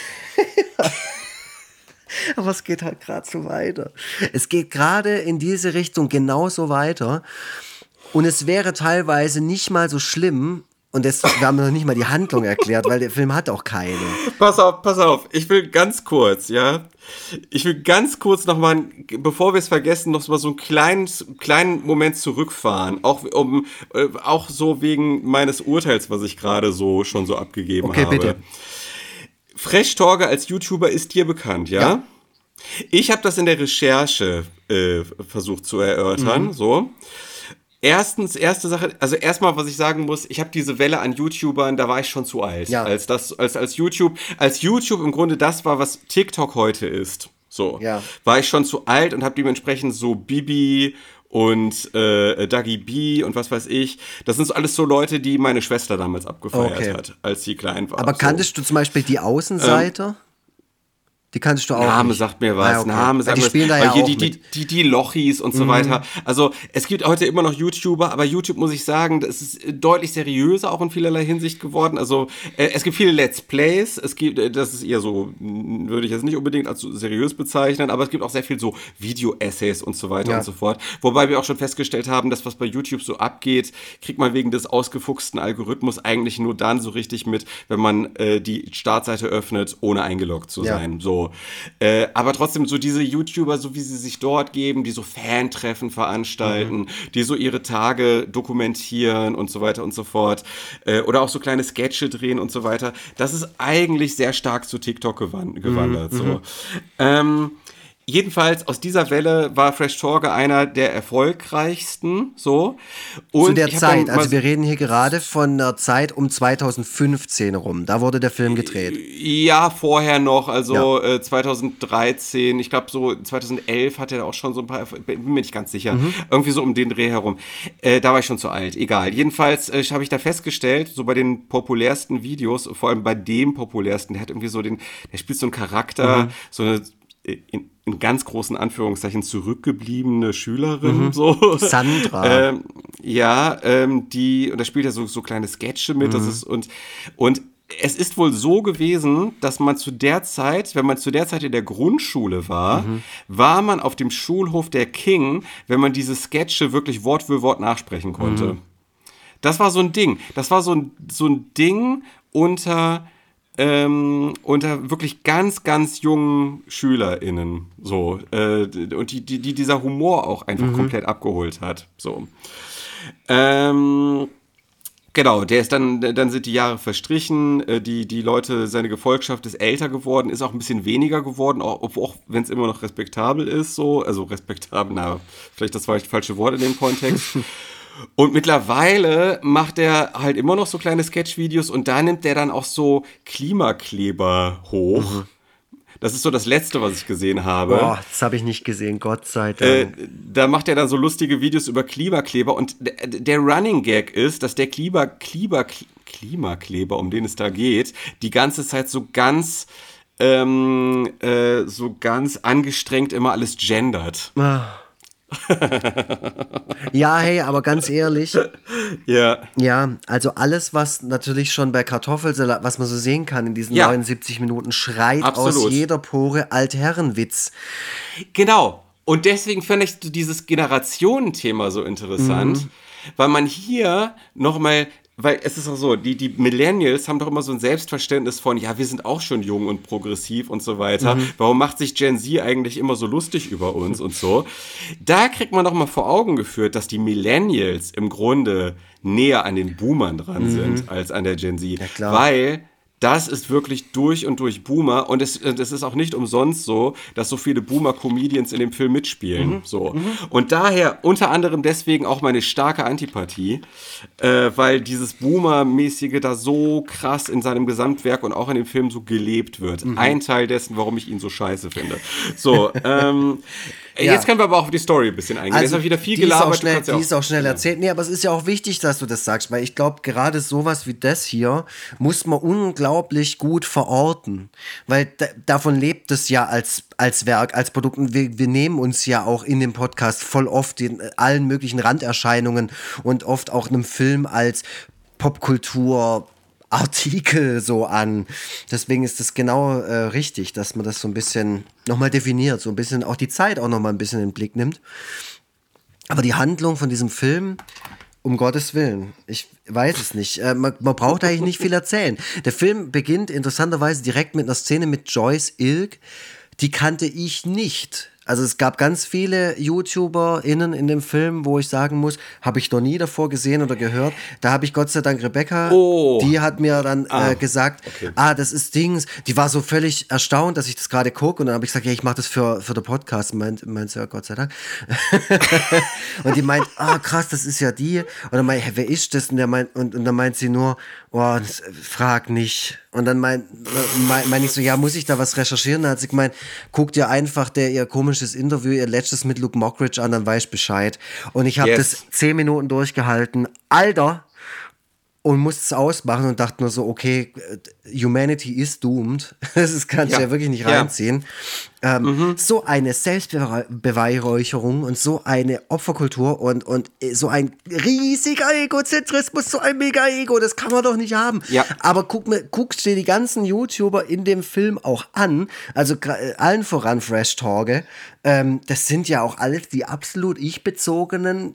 Aber es geht halt gerade so weiter. Es geht gerade in diese Richtung genauso weiter. Und es wäre teilweise nicht mal so schlimm. Und das, wir haben noch nicht mal die Handlung erklärt, weil der Film hat auch keine. Pass auf, pass auf. Ich will ganz kurz, ja. Ich will ganz kurz nochmal, bevor wir es vergessen, noch mal so einen kleinen, kleinen Moment zurückfahren. Auch, um, äh, auch so wegen meines Urteils, was ich gerade so schon so abgegeben Okay, habe. bitte. Fresh Torge als YouTuber ist dir bekannt, ja? Ja. Ich habe das in der Recherche äh, versucht zu erörtern, Mhm. so. Erstens, erste Sache, also erstmal, was ich sagen muss, ich habe diese Welle an YouTubern, da war ich schon zu alt. Ja. Als das, als, als YouTube, als YouTube im Grunde das war, was TikTok heute ist. So. Ja. War ich schon zu alt und habe dementsprechend so Bibi und äh, Dagi B und was weiß ich. Das sind so alles so Leute, die meine Schwester damals abgefeiert Okay. hat, als sie klein war. Aber so. kanntest du zum Beispiel die Außenseiter? Die kanntest du auch Name nicht. sagt mir was, Ah, okay. Name Ja, sagt die mir spielen was. da ja Weil hier auch die, die, mit. die, die Lochis und so weiter. Also es gibt heute immer noch YouTuber, aber YouTube, muss ich sagen, das ist deutlich seriöser auch in vielerlei Hinsicht geworden. Also äh, es gibt viele Let's Plays, es gibt, äh, das ist eher so, mh, würde ich jetzt nicht unbedingt als so seriös bezeichnen, aber es gibt auch sehr viel so Video-Essays und so weiter Ja. und so fort. Wobei wir auch schon festgestellt haben, dass was bei YouTube so abgeht, kriegt man wegen des ausgefuchsten Algorithmus eigentlich nur dann so richtig mit, wenn man äh, die Startseite öffnet, ohne eingeloggt zu Ja. sein. So. Äh, aber trotzdem so diese YouTuber, so wie sie sich dort geben, die so Fan-Treffen veranstalten, Mhm. die so ihre Tage dokumentieren und so weiter und so fort. Äh, oder auch so kleine Sketche drehen und so weiter. Das ist eigentlich sehr stark zu TikTok gewan- gewandert. Mhm. So. Ähm, jedenfalls aus dieser Welle war Fresh Torge einer der erfolgreichsten, so. Und Zu der ich hab Zeit, dann mal- also wir reden hier gerade von einer Zeit um zweitausendfünfzehn rum. Da wurde der Film gedreht. Ja, vorher noch, also äh, zweitausenddreizehn, ich glaube so zweitausendelf hat er auch schon so ein paar, bin mir nicht ganz sicher, Mhm. irgendwie so um den Dreh herum. Äh, da war ich schon zu alt, egal. Jedenfalls äh, habe ich da festgestellt, so bei den populärsten Videos, vor allem bei dem populärsten, der hat irgendwie so den, der spielt so einen Charakter, Mhm. so eine in, in ganz großen Anführungszeichen zurückgebliebene Schülerin, Mhm. so. Sandra. ähm, ja, ähm, die, und da spielt er so, so kleine Sketche mit, das ist, und, und es ist wohl so gewesen, dass man zu der Zeit, wenn man zu der Zeit in der Grundschule war, war man auf dem Schulhof der King, wenn man diese Sketche wirklich Wort für Wort nachsprechen konnte. Das war so ein Ding. Das war so ein, so ein Ding unter, ähm, unter wirklich ganz, ganz jungen SchülerInnen. So. Äh, und die, die, die dieser Humor auch einfach komplett abgeholt hat. So. Ähm. Genau, der ist dann, dann sind die Jahre verstrichen, äh, die, die Leute, seine Gefolgschaft ist älter geworden, ist auch ein bisschen weniger geworden, auch, auch wenn es immer noch respektabel ist, so, also respektabel, na, vielleicht das war das falsche Wort in dem Kontext. Und mittlerweile macht er halt immer noch so kleine Sketch-Videos und da nimmt er dann auch so Klimakleber hoch. Das ist so das Letzte, was ich gesehen habe. Boah, das habe ich nicht gesehen, Gott sei Äh, Dank. da macht er dann so lustige Videos über Klimakleber und der, der Running Gag ist, dass der Klima, Klima, Klimakleber, um den es da geht, die ganze Zeit so ganz, ähm, äh, so ganz angestrengt immer alles gendert. Ja, hey, aber ganz ehrlich, Ja. ja, also alles, was natürlich schon bei Kartoffelsalat, was man so sehen kann in diesen Ja. neunundsiebzig Minuten, schreit Absolut. aus jeder Pore Altherrenwitz. Genau. Und deswegen fand ich dieses Generationenthema so interessant, weil man hier nochmal, weil es ist auch so, die, die Millennials haben doch immer so ein Selbstverständnis von, ja, wir sind auch schon jung und progressiv und so weiter. Warum macht sich Gen Z eigentlich immer so lustig über uns und so? Da kriegt man doch mal vor Augen geführt, dass die Millennials im Grunde näher an den Boomern dran sind als an der Gen Z. klar. Weil das ist wirklich durch und durch Boomer und es, es ist auch nicht umsonst so, dass so viele Boomer-Comedians in dem Film mitspielen. Mhm. So. Und daher unter anderem deswegen auch meine starke Antipathie, äh, weil dieses Boomer-mäßige da so krass in seinem Gesamtwerk und auch in dem Film so gelebt wird. Mhm. Ein Teil dessen, warum ich ihn so scheiße finde. So, ähm, Ja. jetzt können wir aber auch auf die Story ein bisschen eingehen. Jetzt habe ich wieder viel die ist auch gelabert. du schnell, kannst ja die ist auch schnell erzählt. Nee, aber es ist ja auch wichtig, dass du das sagst, weil ich glaube, gerade sowas wie das hier muss man unglaublich gut verorten. Weil da, davon lebt es ja als, als Werk, als Produkt. Und wir, wir nehmen uns ja auch in dem Podcast voll oft in allen möglichen Randerscheinungen und oft auch einem Film als Popkultur Artikel so an. Deswegen ist es genau äh, richtig, dass man das so ein bisschen nochmal definiert, so ein bisschen auch die Zeit auch nochmal ein bisschen in den Blick nimmt. Aber die Handlung von diesem Film, um Gottes Willen, ich weiß es nicht. Äh, man, man braucht eigentlich nicht viel erzählen. Der Film beginnt interessanterweise direkt mit einer Szene mit Joyce Ilk. Die kannte ich nicht. Also es gab ganz viele YouTuberInnen in dem Film, wo ich sagen muss, habe ich noch nie davor gesehen oder gehört. Da habe ich Gott sei Dank Rebecca, Oh. die hat mir dann Ah, äh, gesagt, okay. ah, das ist Dings. Die war so völlig erstaunt, dass ich das gerade gucke. Und dann habe ich gesagt, ja, ich mache das für, für den Podcast. Meint, meint sie, ja, Gott sei Dank. Und die meint, ah, krass, das ist ja die. Und dann meint, hä, wer ist das? Und, der meint, und, und dann meint sie nur, oh, das, frag nicht. Und dann meine mein, mein ich so, ja, muss ich da was recherchieren? Dann hat sie gemeint, guck dir einfach der ihr komisches Interview, ihr letztes mit Luke Mockridge an, dann weiß ich Bescheid. Und ich habe Yes. das zehn Minuten durchgehalten. Alter! Und musste es ausmachen und dachte nur so, okay, Humanity is doomed. Das kannst du Ja. ja wirklich nicht Ja. reinziehen. Ähm, So eine Selbstbeweihräucherung und so eine Opferkultur und, und so ein riesiger Egozentrismus, so ein Mega-Ego, das kann man doch nicht haben. Ja. Aber guck, mir, guckst dir die ganzen YouTuber in dem Film auch an, also gra- äh, allen voran Fresh Torge, ähm, das sind ja auch alles die absolut ich-bezogenen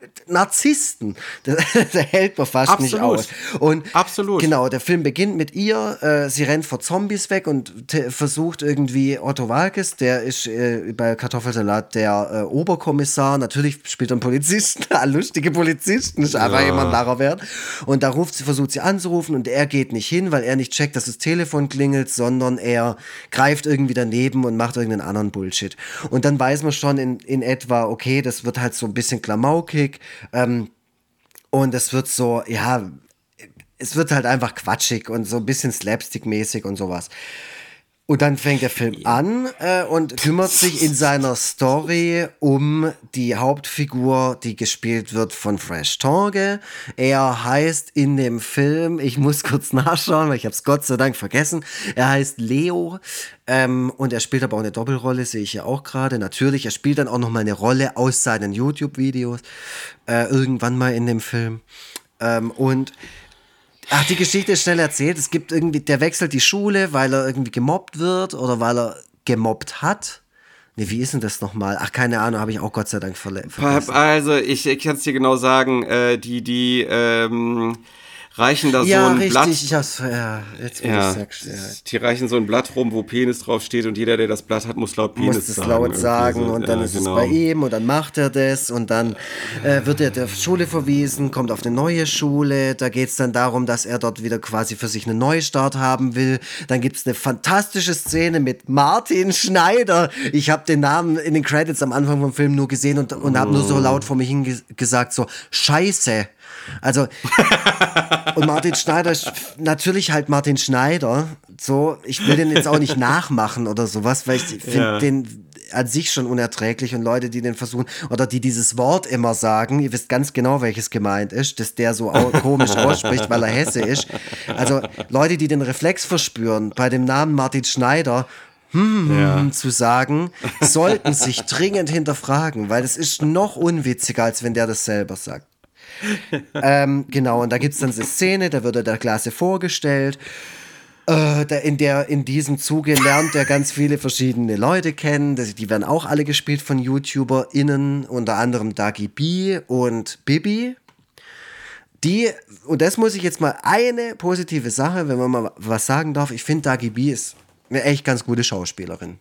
Narzissten. Da, da hält man fast Absolut. nicht aus. Und Absolut. Genau, der Film beginnt mit ihr, äh, sie rennt vor Zombies weg und t- versucht irgendwie Otto Walkes, der ist äh, bei Kartoffelsalat der äh, Oberkommissar, natürlich spielt er einen Polizisten, ein lustige Polizisten, ist einfach Ja. jemand Lacher wert. Und da ruft sie, versucht sie anzurufen und er geht nicht hin, weil er nicht checkt, dass das Telefon klingelt, sondern er greift irgendwie daneben und macht irgendeinen anderen Bullshit. Und dann weiß man schon in, in etwa, okay, das wird halt so ein bisschen klamaukig, ähm, und es wird so, ja, es wird halt einfach quatschig und so ein bisschen slapstick-mäßig und sowas. Und dann fängt der Film an äh, und kümmert sich in seiner Story um die Hauptfigur, die gespielt wird von Fresh Torge. Er heißt in dem Film, ich muss kurz nachschauen, weil ich habe es Gott sei Dank vergessen, er heißt Leo ähm, und er spielt aber auch eine Doppelrolle, sehe ich ja auch gerade. Natürlich, er spielt dann auch nochmal eine Rolle aus seinen YouTube-Videos äh, irgendwann mal in dem Film. Ähm, und Ach, die Geschichte ist schnell erzählt. Es gibt irgendwie, der wechselt die Schule, weil er irgendwie gemobbt wird oder weil er gemobbt hat. Nee, wie ist denn das nochmal? Ach, keine Ahnung, habe ich auch Gott sei Dank verle- vergessen. Also, ich, ich kann es dir genau sagen, äh, die, die ähm, reichen da Ja, so ein richtig, Blatt. ich hab's, ja, jetzt wo Ja, du sagst, ja. die reichen so ein Blatt rum, wo Penis draufsteht und jeder, der das Blatt hat, muss laut Penis Muss es sagen. laut irgendwie sagen so. und dann Ja, ist genau. es bei ihm und dann macht er das und dann äh, wird er der Schule verwiesen, kommt auf eine neue Schule, da geht es dann darum, dass er dort wieder quasi für sich einen Neustart haben will. Dann gibt es eine fantastische Szene mit Martin Schneider. Ich habe den Namen in den Credits am Anfang vom Film nur gesehen und, und habe nur so laut vor mich hingesagt, so Scheiße. Also, und Martin Schneider ist natürlich halt Martin Schneider. So, ich will den jetzt auch nicht nachmachen oder sowas, weil ich finde Ja. den an sich schon unerträglich und Leute, die den versuchen, oder die dieses Wort immer sagen, ihr wisst ganz genau, welches gemeint ist, dass der so au- komisch ausspricht, weil er Hesse ist. Also, Leute, die den Reflex verspüren, bei dem Namen Martin Schneider, Ja. zu sagen, sollten sich dringend hinterfragen, weil das ist noch unwitziger, als wenn der das selber sagt. ähm, genau, und da gibt es dann eine Szene, da wird er der Klasse vorgestellt. Äh, da in, der, in diesem Zuge lernt er ganz viele verschiedene Leute kennen. Das, die werden auch alle gespielt von YouTuberInnen, unter anderem Dagi B und Bibi. Die, und das muss ich jetzt mal eine positive Sache, wenn man mal was sagen darf, ich finde Dagi B ist eine echt ganz gute Schauspielerin.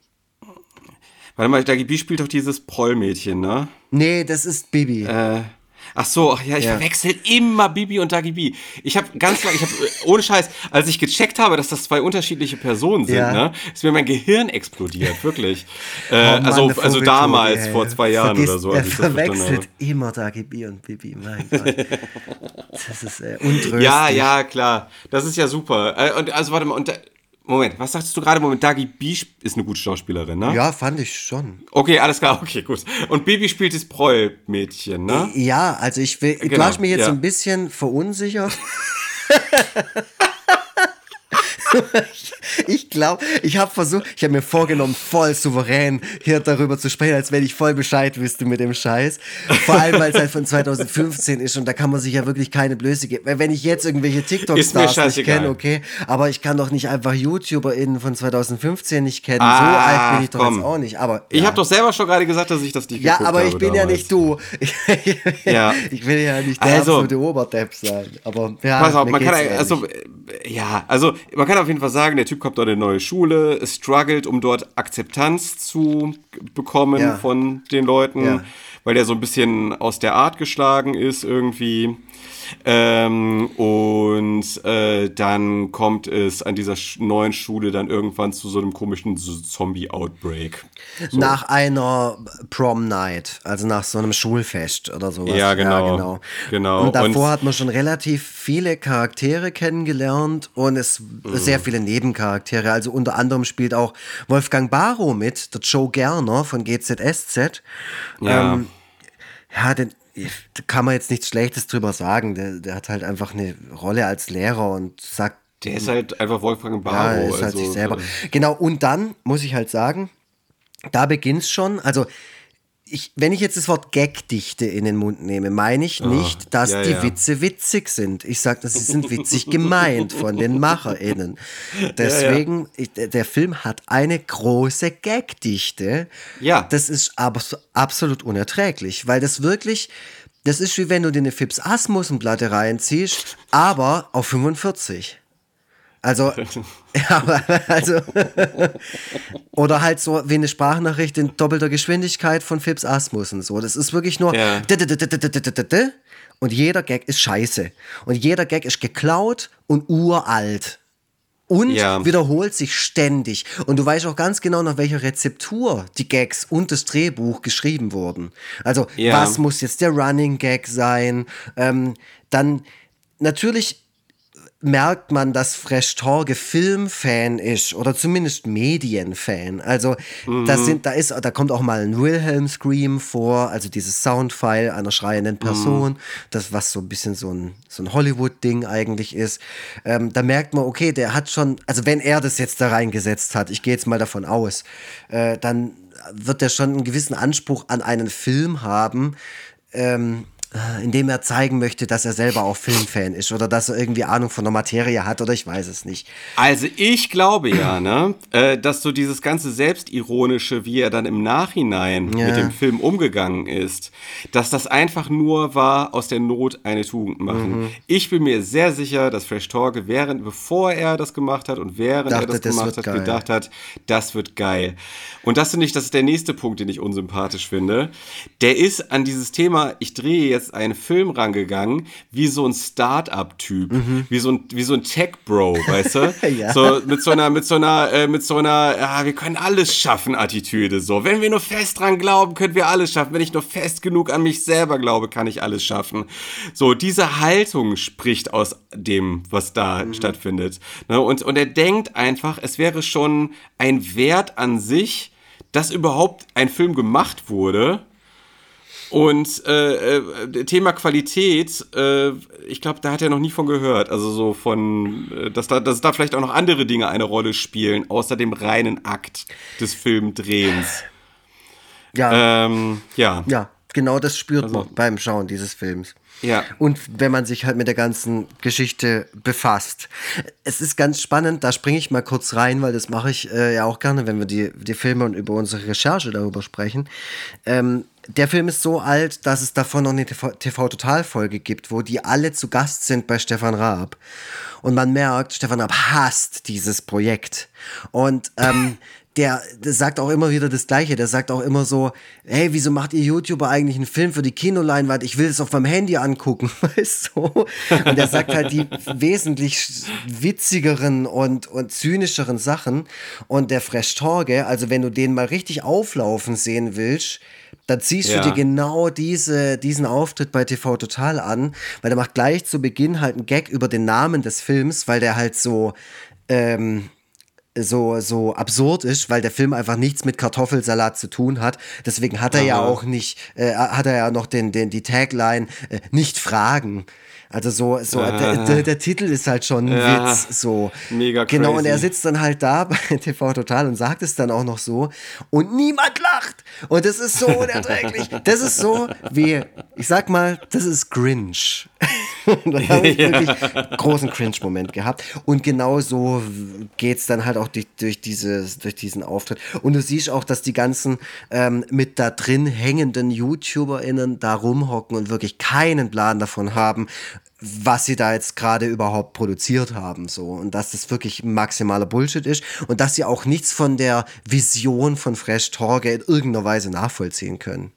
Warte mal, Dagi B spielt doch dieses Prollmädchen, ne? Nee, das ist Bibi. Äh, ach so, ach ja, ich Ja. verwechsel immer Bibi und Dagi B. Ich habe ganz lange, ich habe ohne Scheiß, als ich gecheckt habe, dass das zwei unterschiedliche Personen sind, Ja. ne, ist mir mein Gehirn explodiert, wirklich. Äh, Oh Mann, also, der also Vogel damals, Tobi, ey. vor zwei Jahren Vergisst- oder so. Er als ich das verstanden verwechselt habe. immer Dagi B und Bibi, mein Gott. Das ist äh, untröstlich. Ja, ja, klar. Das ist ja super. Äh, und also warte mal, und da, Moment, was sagst du gerade? Moment, Dagi B sp- ist eine gute Schauspielerin, ne? Ja, fand ich schon. Okay, alles klar, okay, gut. Und Bibi spielt das Proll-Mädchen, ne? Ja, also ich will, du Genau, hast mich jetzt ja. so ein bisschen verunsichert. Ich glaube, ich habe versucht, ich habe mir vorgenommen, voll souverän hier darüber zu sprechen, als wenn ich voll Bescheid wüsste mit dem Scheiß. Vor allem, weil es halt von zwanzig fünfzehn ist und da kann man sich ja wirklich keine Blöße geben. Weil wenn ich jetzt irgendwelche Ist mir TikTok-Stars nicht scheißegal. kenne, okay, aber ich kann doch nicht einfach YouTuberInnen von zwanzig fünfzehn nicht kennen. Ah, so alt bin ich doch komm. jetzt auch nicht. Aber Ich ja. habe doch selber schon gerade gesagt, dass ich das nicht Ja, geguckt aber habe ich bin ja damals. nicht du. Ja. Ich will ja nicht der Also- absolute Oberdepp sein. Aber ja, Pass auf, mir man kann, geht's also, ähnlich. äh, ja, also, man kann auf jeden Fall sagen, der Typ kommt dort in eine neue Schule, struggelt, um dort Akzeptanz zu bekommen Ja. von den Leuten, Ja. weil der so ein bisschen aus der Art geschlagen ist irgendwie. Ähm, und äh, dann kommt es an dieser sch- neuen Schule dann irgendwann zu so einem komischen so Zombie-Outbreak. So. Nach einer Prom-Night, also nach so einem Schulfest oder sowas. Ja, genau. genau. Genau. Und davor Und- hat man schon relativ viele Charaktere kennengelernt und es Mhm. sehr viele Nebencharaktere. Also unter anderem spielt auch Wolfgang Barrow mit, der Joe Gerner von G Z S Z. Ja. Ähm, ja, den da kann man jetzt nichts Schlechtes drüber sagen. Der, der hat halt einfach eine Rolle als Lehrer und sagt, Der ist halt einfach Wolfgang ja, Barrow. er ist halt also, sich selber. äh, Genau, und dann muss ich halt sagen, da beginnt's schon. Also, ich, wenn ich jetzt das Wort Gagdichte in den Mund nehme, meine ich nicht, dass ja, die ja. Witze witzig sind. Ich sage, sie sind witzig gemeint von den MacherInnen. Deswegen, ich, der der Film hat eine große Gagdichte. Ja. Das ist aber so absolut unerträglich, weil das wirklich Das ist wie wenn du dir eine Phipps Asmussen-Platte reinziehst, aber auf fünfundvierzig. Also, ja, also, oder halt so wie eine Sprachnachricht in doppelter Geschwindigkeit von Phipps Asmussen. So, das ist wirklich nur Ja. und jeder Gag ist scheiße. Und jeder Gag ist geklaut und uralt. Und Ja. wiederholt sich ständig. Und du weißt auch ganz genau, nach welcher Rezeptur die Gags und das Drehbuch geschrieben wurden. Also, Ja. was muss jetzt der Running Gag sein? Ähm, dann natürlich merkt man, dass Fresh Torge Filmfan ist oder zumindest Medienfan. Also das sind, da ist, da kommt auch mal ein Wilhelm Scream vor, also dieses Soundfile einer schreienden Person, das was so ein bisschen so ein, so ein Hollywood-Ding eigentlich ist. Ähm, da merkt man, okay, der hat schon, also wenn er das jetzt da reingesetzt hat, ich gehe jetzt mal davon aus, äh, dann wird er schon einen gewissen Anspruch an einen Film haben, ähm, indem er zeigen möchte, dass er selber auch Filmfan ist oder dass er irgendwie Ahnung von der Materie hat oder ich weiß es nicht. Also ich glaube ja, ne, äh, dass so dieses ganze Selbstironische, wie er dann im Nachhinein Ja. mit dem Film umgegangen ist, dass das einfach nur war, aus der Not eine Tugend machen. Mhm. Ich bin mir sehr sicher, dass Fresh Torge, während, bevor er das gemacht hat und während Dachte, er das das gemacht wird hat, geil. gedacht hat, das wird geil. Und das finde ich, das ist der nächste Punkt, den ich unsympathisch finde. Der ist an dieses Thema, ich drehe jetzt einen Film rangegangen, wie so ein Start-up-Typ, wie so ein, wie so ein Tech-Bro, weißt du? Ja. So mit so einer, mit so einer, äh, mit so einer, ja, wir können alles schaffen Attitüde. So, wenn wir nur fest dran glauben, können wir alles schaffen. Wenn ich nur fest genug an mich selber glaube, kann ich alles schaffen. So, diese Haltung spricht aus dem, was da stattfindet. Ne? Und, und er denkt einfach, es wäre schon ein Wert an sich, dass überhaupt ein Film gemacht wurde. Und äh, äh, Thema Qualität, äh, ich glaube, da hat er noch nie von gehört. Also so von, äh, dass, da, dass da vielleicht auch noch andere Dinge eine Rolle spielen, außer dem reinen Akt des Filmdrehens. Ja, Ähm, ja. ja, genau das spürt Also- man beim Schauen dieses Films. Ja. Und wenn man sich halt mit der ganzen Geschichte befasst. Es ist ganz spannend, da springe ich mal kurz rein, weil das mache ich äh, ja auch gerne, wenn wir die, die Filme und über unsere Recherche darüber sprechen. Ähm, der Film ist so alt, dass es davon noch eine T V-Total-Folge gibt, wo die alle zu Gast sind bei Stefan Raab. Und man merkt, Stefan Raab hasst dieses Projekt. Und ähm, der, der sagt auch immer wieder das Gleiche. Der sagt auch immer so, hey, wieso macht ihr YouTuber eigentlich einen Film für die Kinoleinwand? Ich will es auf meinem Handy angucken, weißt du? Und er sagt halt die wesentlich witzigeren und, und zynischeren Sachen. Und der Fresh Torge, also wenn du den mal richtig auflaufen sehen willst, dann ziehst Ja. du dir genau diese, diesen Auftritt bei T V Total an, weil der macht gleich zu Beginn halt einen Gag über den Namen des Films, weil der halt so, ähm, so, so absurd ist, weil der Film einfach nichts mit Kartoffelsalat zu tun hat. Deswegen hat er ja Aha. auch nicht, äh, hat er ja noch den, den, die Tagline, äh, nicht fragen. Also so, so der, der, der Titel ist halt schon ein Ja. Witz. So. Mega Genau, und crazy. er sitzt dann halt da bei T V Total und sagt es dann auch noch so und niemand lacht. Und das ist so unerträglich. Das ist so wie, ich sag mal, das ist cringe. Da habe ich wirklich einen großen Cringe-Moment gehabt. Und genau so geht's dann halt auch durch, durch, dieses, durch diesen Auftritt. Und du siehst auch, dass die ganzen ähm, mit da drin hängenden YouTuberInnen da rumhocken und wirklich keinen Plan davon haben, was sie da jetzt gerade überhaupt produziert haben, so. Und dass das wirklich maximaler Bullshit ist und dass sie auch nichts von der Vision von Fresh Torge in irgendeiner Weise nachvollziehen können.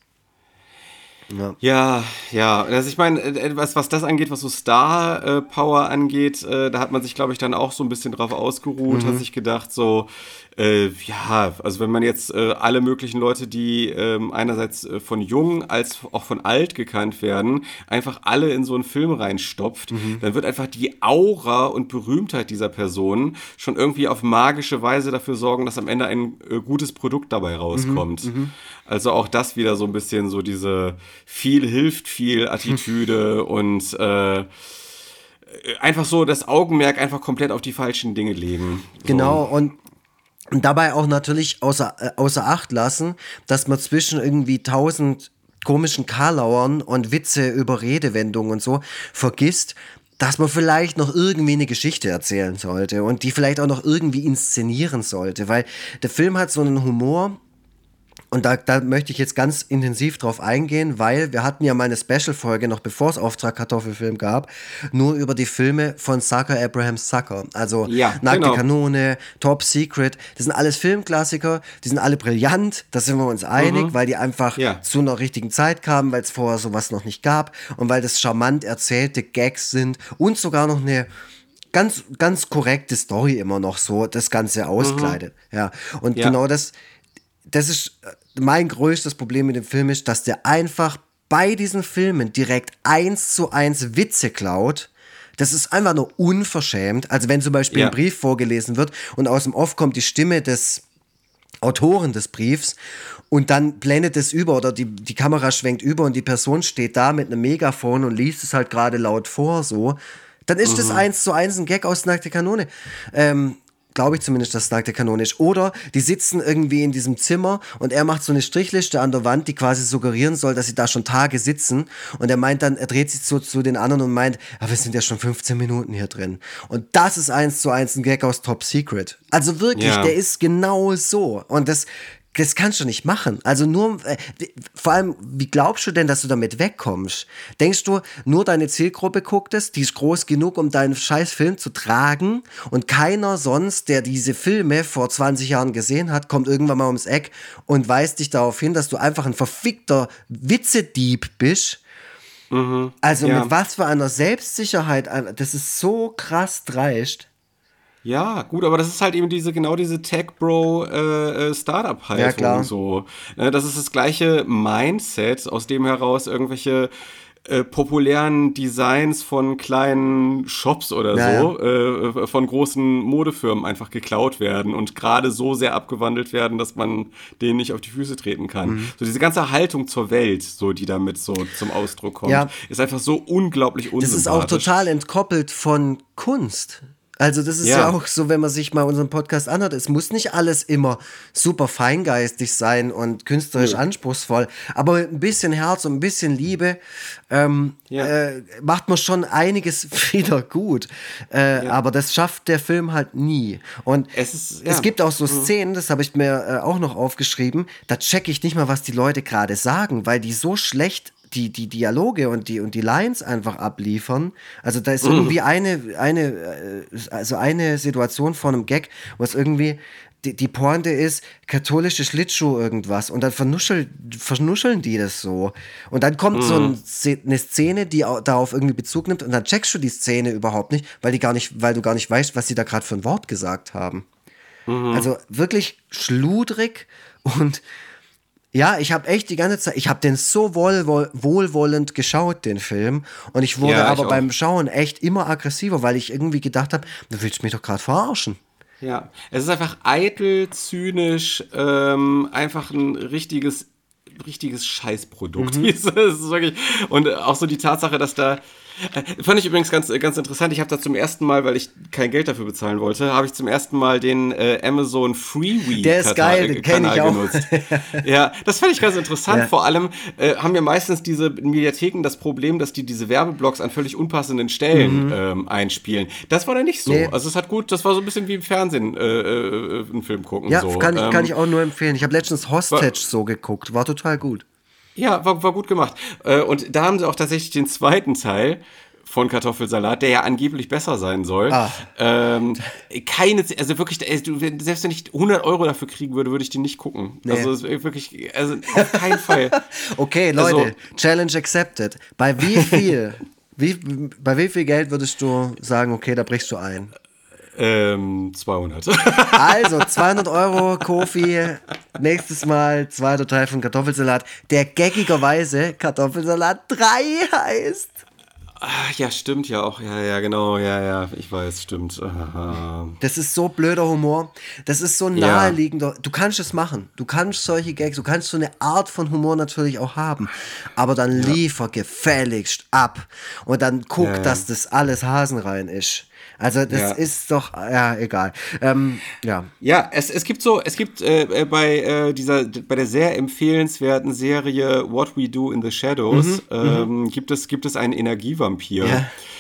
Ja. Ja, ja. Also ich meine, äh, was, was das angeht, was so Star äh, Power angeht, äh, da hat man sich, glaube ich, dann auch so ein bisschen drauf ausgeruht, hat sich gedacht, so, äh, ja, also wenn man jetzt äh, alle möglichen Leute, die ähm, einerseits äh, von jung als auch von alt gekannt werden, einfach alle in so einen Film reinstopft, dann wird einfach die Aura und Berühmtheit dieser Person schon irgendwie auf magische Weise dafür sorgen, dass am Ende ein äh, gutes Produkt dabei rauskommt. Also auch das wieder so ein bisschen so diese viel hilft viel Attitüde und äh, einfach so das Augenmerk einfach komplett auf die falschen Dinge legen. So. Genau, und und dabei auch natürlich außer, äh, außer Acht lassen, dass man zwischen irgendwie tausend komischen Karlauern und Witze über Redewendungen und so vergisst, dass man vielleicht noch irgendwie eine Geschichte erzählen sollte und die vielleicht auch noch irgendwie inszenieren sollte, weil der Film hat so einen Humor. Und da, da möchte ich jetzt ganz intensiv drauf eingehen, weil wir hatten ja mal eine Special-Folge, noch bevor es Auftrag Kartoffelfilm gab, nur über die Filme von Zucker Abraham Zucker. Also Ja, Nackte genau. Kanone, Top Secret, das sind alles Filmklassiker, die sind alle brillant, da sind wir uns einig, weil die einfach Ja. zu einer richtigen Zeit kamen, weil es vorher sowas noch nicht gab und weil das charmant erzählte Gags sind und sogar noch eine ganz, ganz korrekte Story immer noch so das Ganze auskleidet. Ja. Und Ja. genau das, das ist äh, mein größtes Problem mit dem Film ist, dass der einfach bei diesen Filmen direkt eins zu eins Witze klaut. Das ist einfach nur unverschämt. Also wenn zum Beispiel Ja. ein Brief vorgelesen wird und aus dem Off kommt die Stimme des Autoren des Briefs und dann blendet es über oder die, die Kamera schwenkt über und die Person steht da mit einem Megafon und liest es halt gerade laut vor, so, dann ist das eins zu eins ein Gag aus Nackte Kanone. Ähm, Glaube ich zumindest, dass es Nackte Kanone ist. Oder die sitzen irgendwie in diesem Zimmer und er macht so eine Strichliste an der Wand, die quasi suggerieren soll, dass sie da schon Tage sitzen. Und er meint dann, er dreht sich so zu den anderen und meint, ja, wir sind ja schon fünfzehn Minuten hier drin. Und das ist eins zu eins ein Gag aus Top Secret. Also wirklich, Ja. der ist genau so. Und das, das kannst du nicht machen. Also nur, äh, vor allem, wie glaubst du denn, dass du damit wegkommst? Denkst du, nur deine Zielgruppe guckt es, die ist groß genug, um deinen scheiß Film zu tragen und keiner sonst, der diese Filme vor zwanzig Jahren gesehen hat, kommt irgendwann mal ums Eck und weist dich darauf hin, dass du einfach ein verfickter Witzedieb bist? Also ja. mit was für einer Selbstsicherheit, das ist so krass dreist. Ja, gut, aber das ist halt eben diese, genau diese Tech-Bro-Startup-Haltung. Ja, klar. So. Ne, das ist das gleiche Mindset, aus dem heraus irgendwelche äh, populären Designs von kleinen Shops oder Ja, so, Äh, von großen Modefirmen einfach geklaut werden und gerade so sehr abgewandelt werden, dass man denen nicht auf die Füße treten kann. Mhm. So diese ganze Haltung zur Welt, so die damit so zum Ausdruck kommt, Ja. ist einfach so unglaublich Das unsympathisch. ist auch total entkoppelt von Kunst. Also das ist ja. Ja. auch so, wenn man sich mal unseren Podcast anhört, es muss nicht alles immer super feingeistig sein und künstlerisch Ja. anspruchsvoll, aber ein bisschen Herz und ein bisschen Liebe ähm, Ja. äh, macht man schon einiges wieder gut. Äh, Ja. Aber das schafft der Film halt nie. Und Es ist- ja. es gibt auch so Szenen, das habe ich mir äh, auch noch aufgeschrieben, da checke ich nicht mal, was die Leute gerade sagen, weil die so schlecht die, die Dialoge und die, und die Lines einfach abliefern. Also da ist irgendwie eine, eine, äh, also eine Situation von einem Gag, wo es irgendwie die, die Pointe ist, katholische Schlittschuh irgendwas und dann vernuschel, vernuscheln die das so. Und dann kommt so ein, eine Szene, die au- darauf irgendwie Bezug nimmt und dann checkst du die Szene überhaupt nicht, weil, die gar nicht, weil du gar nicht weißt, was sie da gerade für ein Wort gesagt haben. Also wirklich schludrig und ja, ich habe echt die ganze Zeit, ich habe den so wohl, wohl, wohlwollend geschaut, den Film. Und ich wurde Ja, ich aber auch. beim Schauen echt immer aggressiver, weil ich irgendwie gedacht habe, du willst mich doch gerade verarschen. Ja, es ist einfach eitel, zynisch, ähm, einfach ein richtiges, richtiges Scheißprodukt. Mhm. Es ist wirklich, und auch so die Tatsache, dass da, äh, fand ich übrigens ganz, ganz interessant. Ich habe da zum ersten Mal, weil ich kein Geld dafür bezahlen wollte, habe ich zum ersten Mal den äh, Amazon Freewee Der ist geil, den kenn ich auch. genutzt. Ja, das fand ich ganz interessant. Ja. Vor allem äh, haben ja meistens diese Mediatheken das Problem, dass die diese Werbeblocks an völlig unpassenden Stellen ähm, einspielen. Das war da nicht so. Nee. Also es hat gut, das war so ein bisschen wie im Fernsehen äh, äh, einen Film gucken. Ja, so. kann, ich, ähm, kann ich auch nur empfehlen. Ich habe letztens Hostage so geguckt, war total gut. Ja, war, war gut gemacht. Äh, und da haben sie auch tatsächlich den zweiten Teil von Kartoffelsalat, der ja angeblich besser sein soll. Ah. Ähm, keine, also wirklich, äh, du, wenn- selbst wenn ich hundert Euro dafür kriegen würde, würde ich den nicht gucken. Nee. Also es ist wirklich, also auf keinen Fall. Okay, Leute, Also- Challenge accepted. Bei wie viel, wie, bei wie viel Geld würdest du sagen, okay, da brichst du ein? Ähm, zweihundert. Also, zweihundert Euro, Kofi, nächstes Mal zweiter Teil von Kartoffelsalat, der gaggigerweise Kartoffelsalat drei heißt. Ah, ja, stimmt ja auch. Ja, ja, genau. Ja, ja, ich weiß, stimmt. Aha. Das ist so blöder Humor. Das ist so Ja. naheliegender. Du kannst es machen. Du kannst solche Gags, du kannst so eine Art von Humor natürlich auch haben. Aber dann liefer gefälligst ab. Und dann guck, Ja, ja. dass das alles Hasenrein ist. Also das Ja. ist doch, ja, egal. Ähm, ja. Ja, es, es gibt so, es gibt äh, äh, bei äh, dieser, bei der sehr empfehlenswerten Serie What We Do in the Shadows ähm, gibt es, gibt es einen Energievampir. Ja.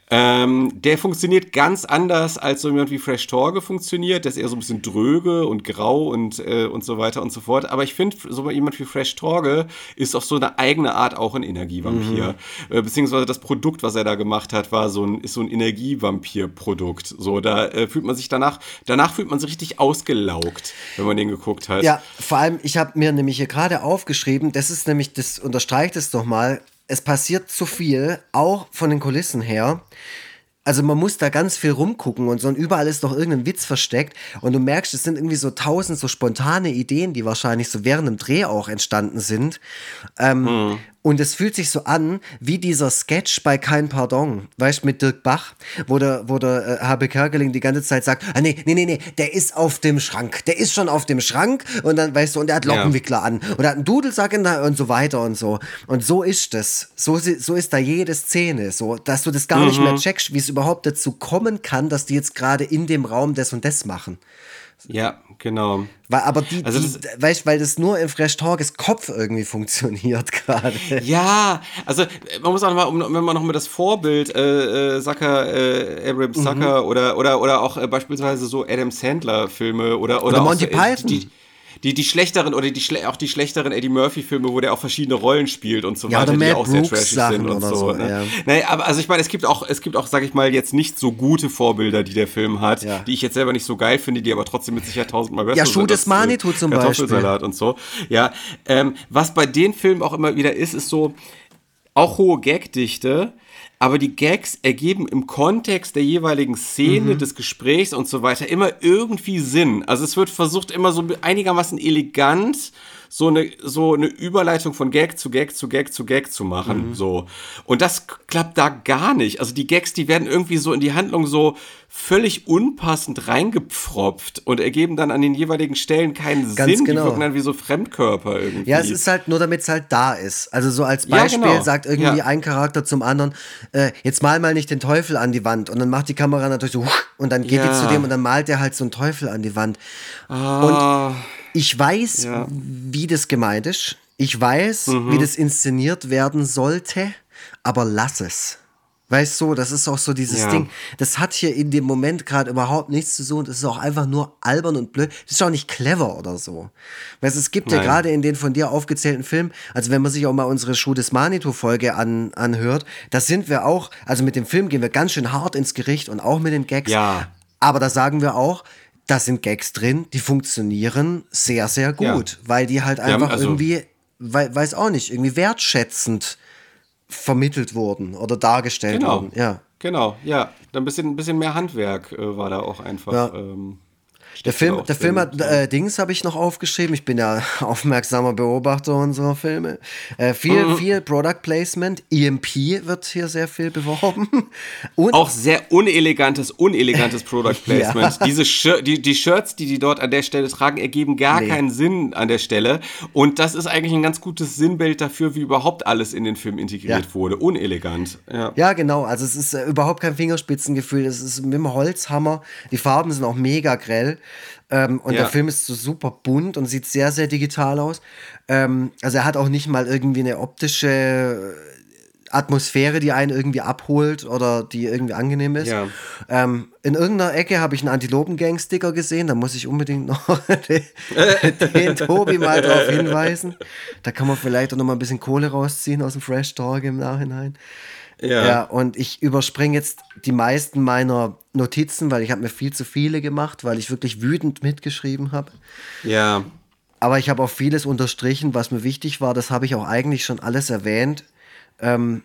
Ähm, der funktioniert ganz anders, als so jemand wie Fresh Torge funktioniert. Der ist eher so ein bisschen dröge und grau und, äh, und so weiter und so fort. Aber ich finde, so jemand wie Fresh Torge ist auf so eine eigene Art auch ein Energievampir. Mhm. Äh, beziehungsweise das Produkt, was er da gemacht hat, war so ein, ist so ein Energievampir-Produkt. So, da äh, fühlt man sich danach, danach fühlt man sich richtig ausgelaugt, wenn man den geguckt hat. Ja, vor allem, ich habe mir nämlich hier gerade aufgeschrieben, das ist nämlich, das unterstreicht es nochmal, es passiert zu viel, auch von den Kulissen her. Also man muss da ganz viel rumgucken und so, und überall ist noch irgendein Witz versteckt und du merkst, es sind irgendwie so tausend so spontane Ideen, die wahrscheinlich so während dem Dreh auch entstanden sind. Ähm, hm. Und es fühlt sich so an wie dieser Sketch bei Kein Pardon, weißt du, mit Dirk Bach, wo der, wo der äh, Habe Kerkeling die ganze Zeit sagt, ah nee, nee, nee, nee, der ist auf dem Schrank, der ist schon auf dem Schrank und dann, weißt du, und der hat Lockenwickler ja. an und er hat einen Dudelsack in der, und so weiter und so. Und so ist das, so, so ist da jede Szene, so, dass du das gar mhm. nicht mehr checkst, wie es überhaupt dazu kommen kann, dass die jetzt gerade in dem Raum das und das machen. Ja, genau. Weil, aber die, also die weißt, weil das nur in Fresh Torges Kopf irgendwie funktioniert gerade. Ja, also man muss auch noch mal, um, wenn man noch mal das Vorbild äh, Zucker, äh, Abrams Zucker mhm. oder, oder, oder auch äh, beispielsweise so Adam Sandler Filme oder, oder, oder Monty auch so, Python. Die, die, die schlechteren oder die auch die schlechteren Eddie Murphy-Filme, wo der auch verschiedene Rollen spielt und so ja, weiter, die auch sehr Brooks trashig Sachen sind und oder so. so Ne? Ja. Naja, aber also ich meine, es gibt auch, es gibt auch, sag ich mal, jetzt nicht so gute Vorbilder, die der Film hat, ja. die ich jetzt selber nicht so geil finde, die aber trotzdem mit Sicherheit tausendmal besser ja, sind. Ja, Schuh des Manitou zum Beispiel. Kartoffelsalat und so. Ja, ähm, was bei den Filmen auch immer wieder ist, ist so auch hohe Gagdichte, aber die Gags ergeben im Kontext der jeweiligen Szene, mhm. des Gesprächs und so weiter immer irgendwie Sinn. Also es wird versucht, immer so einigermaßen elegant so eine, so eine Überleitung von Gag zu Gag zu Gag zu Gag zu machen. Mhm. So. Und das klappt da gar nicht. Also die Gags, die werden irgendwie so in die Handlung so völlig unpassend reingepfropft und ergeben dann an den jeweiligen Stellen keinen Ganz Sinn. genau. Die wirken dann wie so Fremdkörper irgendwie. Ja, es ist halt nur, damit es halt da ist. Also so als Beispiel ja, genau. sagt irgendwie ja. ein Charakter zum anderen, äh, jetzt mal mal nicht den Teufel an die Wand. Und dann macht die Kamera natürlich so, und dann geht ja. die zu dem und dann malt der halt so einen Teufel an die Wand. Ah. Und ich weiß, ja. wie das gemeint ist. Ich weiß, mhm. wie das inszeniert werden sollte, aber lass es. Weißt du, das ist auch so dieses ja. Ding, das hat hier in dem Moment gerade überhaupt nichts zu tun, das ist auch einfach nur albern und blöd, das ist auch nicht clever oder so. Weißt du, es gibt Nein. ja gerade in den von dir aufgezählten Filmen, also wenn man sich auch mal unsere Schuh des Manitou-Folge an, anhört, da sind wir auch, also mit dem Film gehen wir ganz schön hart ins Gericht und auch mit den Gags, ja. aber da sagen wir auch, da sind Gags drin, die funktionieren sehr, sehr gut, ja. weil die halt einfach ja, also irgendwie, weil, weiß auch nicht, irgendwie wertschätzend vermittelt wurden oder dargestellt genau. wurden. Ja. Genau, ja. Ein bisschen, ein bisschen mehr Handwerk äh, war da auch einfach. Ja. Ähm, der Film, der Film hat, äh, Dings habe ich noch aufgeschrieben. Ich bin ja aufmerksamer Beobachter unserer Filme. Äh, viel, mhm. viel Product Placement. E M P wird hier sehr viel beworben. Und auch sehr unelegantes, unelegantes Product Placement. ja. Diese Shir- die, die Shirts, die die dort an der Stelle tragen, ergeben gar nee. keinen Sinn an der Stelle. Und das ist eigentlich ein ganz gutes Sinnbild dafür, wie überhaupt alles in den Film integriert ja. wurde. Unelegant. Ja. ja, genau. Also es ist äh, überhaupt kein Fingerspitzengefühl. Es ist mit dem Holzhammer. Die Farben sind auch mega grell. Ähm, und ja. der Film ist so super bunt und sieht sehr, sehr digital aus. Ähm, also er hat auch nicht mal irgendwie eine optische Atmosphäre, die einen irgendwie abholt oder die irgendwie angenehm ist. Ja. Ähm, in irgendeiner Ecke habe ich einen Antilopen-Gang-Sticker gesehen, da muss ich unbedingt noch den, den Tobi mal drauf hinweisen. Da kann man vielleicht auch noch mal ein bisschen Kohle rausziehen aus dem Fresh Talk im Nachhinein. Ja. ja, und ich überspringe jetzt die meisten meiner Notizen, weil ich habe mir viel zu viele gemacht, weil ich wirklich wütend mitgeschrieben habe. Ja. Aber ich habe auch vieles unterstrichen, was mir wichtig war. Das habe ich auch eigentlich schon alles erwähnt. Ähm,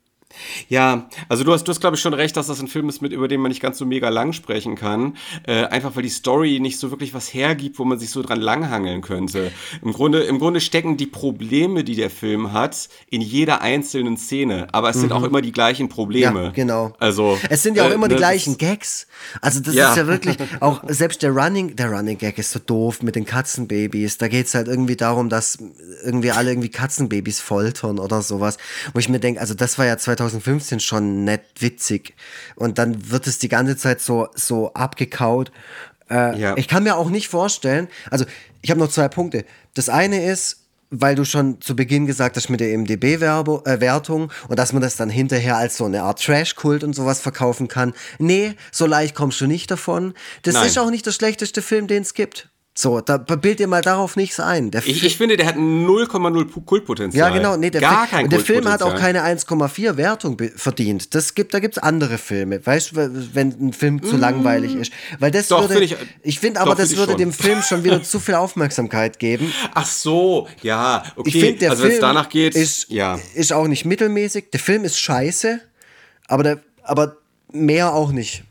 Ja, also du hast, du hast glaube ich schon recht, dass das ein Film ist, mit über den man nicht ganz so mega lang sprechen kann. Äh, einfach weil die Story nicht so wirklich was hergibt, wo man sich so dran langhangeln könnte. Im Grunde, im Grunde stecken die Probleme, die der Film hat, in jeder einzelnen Szene. Aber es mhm. sind auch immer die gleichen Probleme. Ja, genau. Also, es sind ja auch äh, immer die ne, gleichen Gags. Also das ja. ist ja wirklich, auch selbst der Running, der Running Gag ist so doof mit den Katzenbabys. Da geht es halt irgendwie darum, dass irgendwie alle irgendwie Katzenbabys foltern oder sowas. Wo ich mir denke, also das war ja zweitausendfünfzehn schon nett witzig. Und dann wird es die ganze Zeit so, so abgekaut. Äh, ja. Ich kann mir auch nicht vorstellen, also ich habe noch zwei Punkte. Das eine ist, weil du schon zu Beginn gesagt hast mit der I M D B-Wertung und dass man das dann hinterher als so eine Art Trash-Kult und sowas verkaufen kann. Nee, so leicht kommst du nicht davon. Das Nein. ist auch nicht der schlechteste Film, den es gibt. So, da bild dir mal darauf nichts ein. Der Ich, ich finde, der hat null Komma null Kultpotenzial. Ja, genau. Nee, der Gar Fi- kein und der Film hat auch Kultpotenzial. keine eins Komma vier Wertung be- verdient. Das gibt, da gibt es andere Filme. Weißt du, wenn ein Film zu langweilig ist. Weil das Doch, würde, find ich, ich- ich finde aber, doch, das find ich würde schon. dem Film schon wieder zu viel Aufmerksamkeit geben. Ach so, ja, okay. Ich finde, der also wenn es Film danach geht, ist, ja. ist auch nicht mittelmäßig. Der Film ist scheiße, aber, der, aber mehr auch nicht.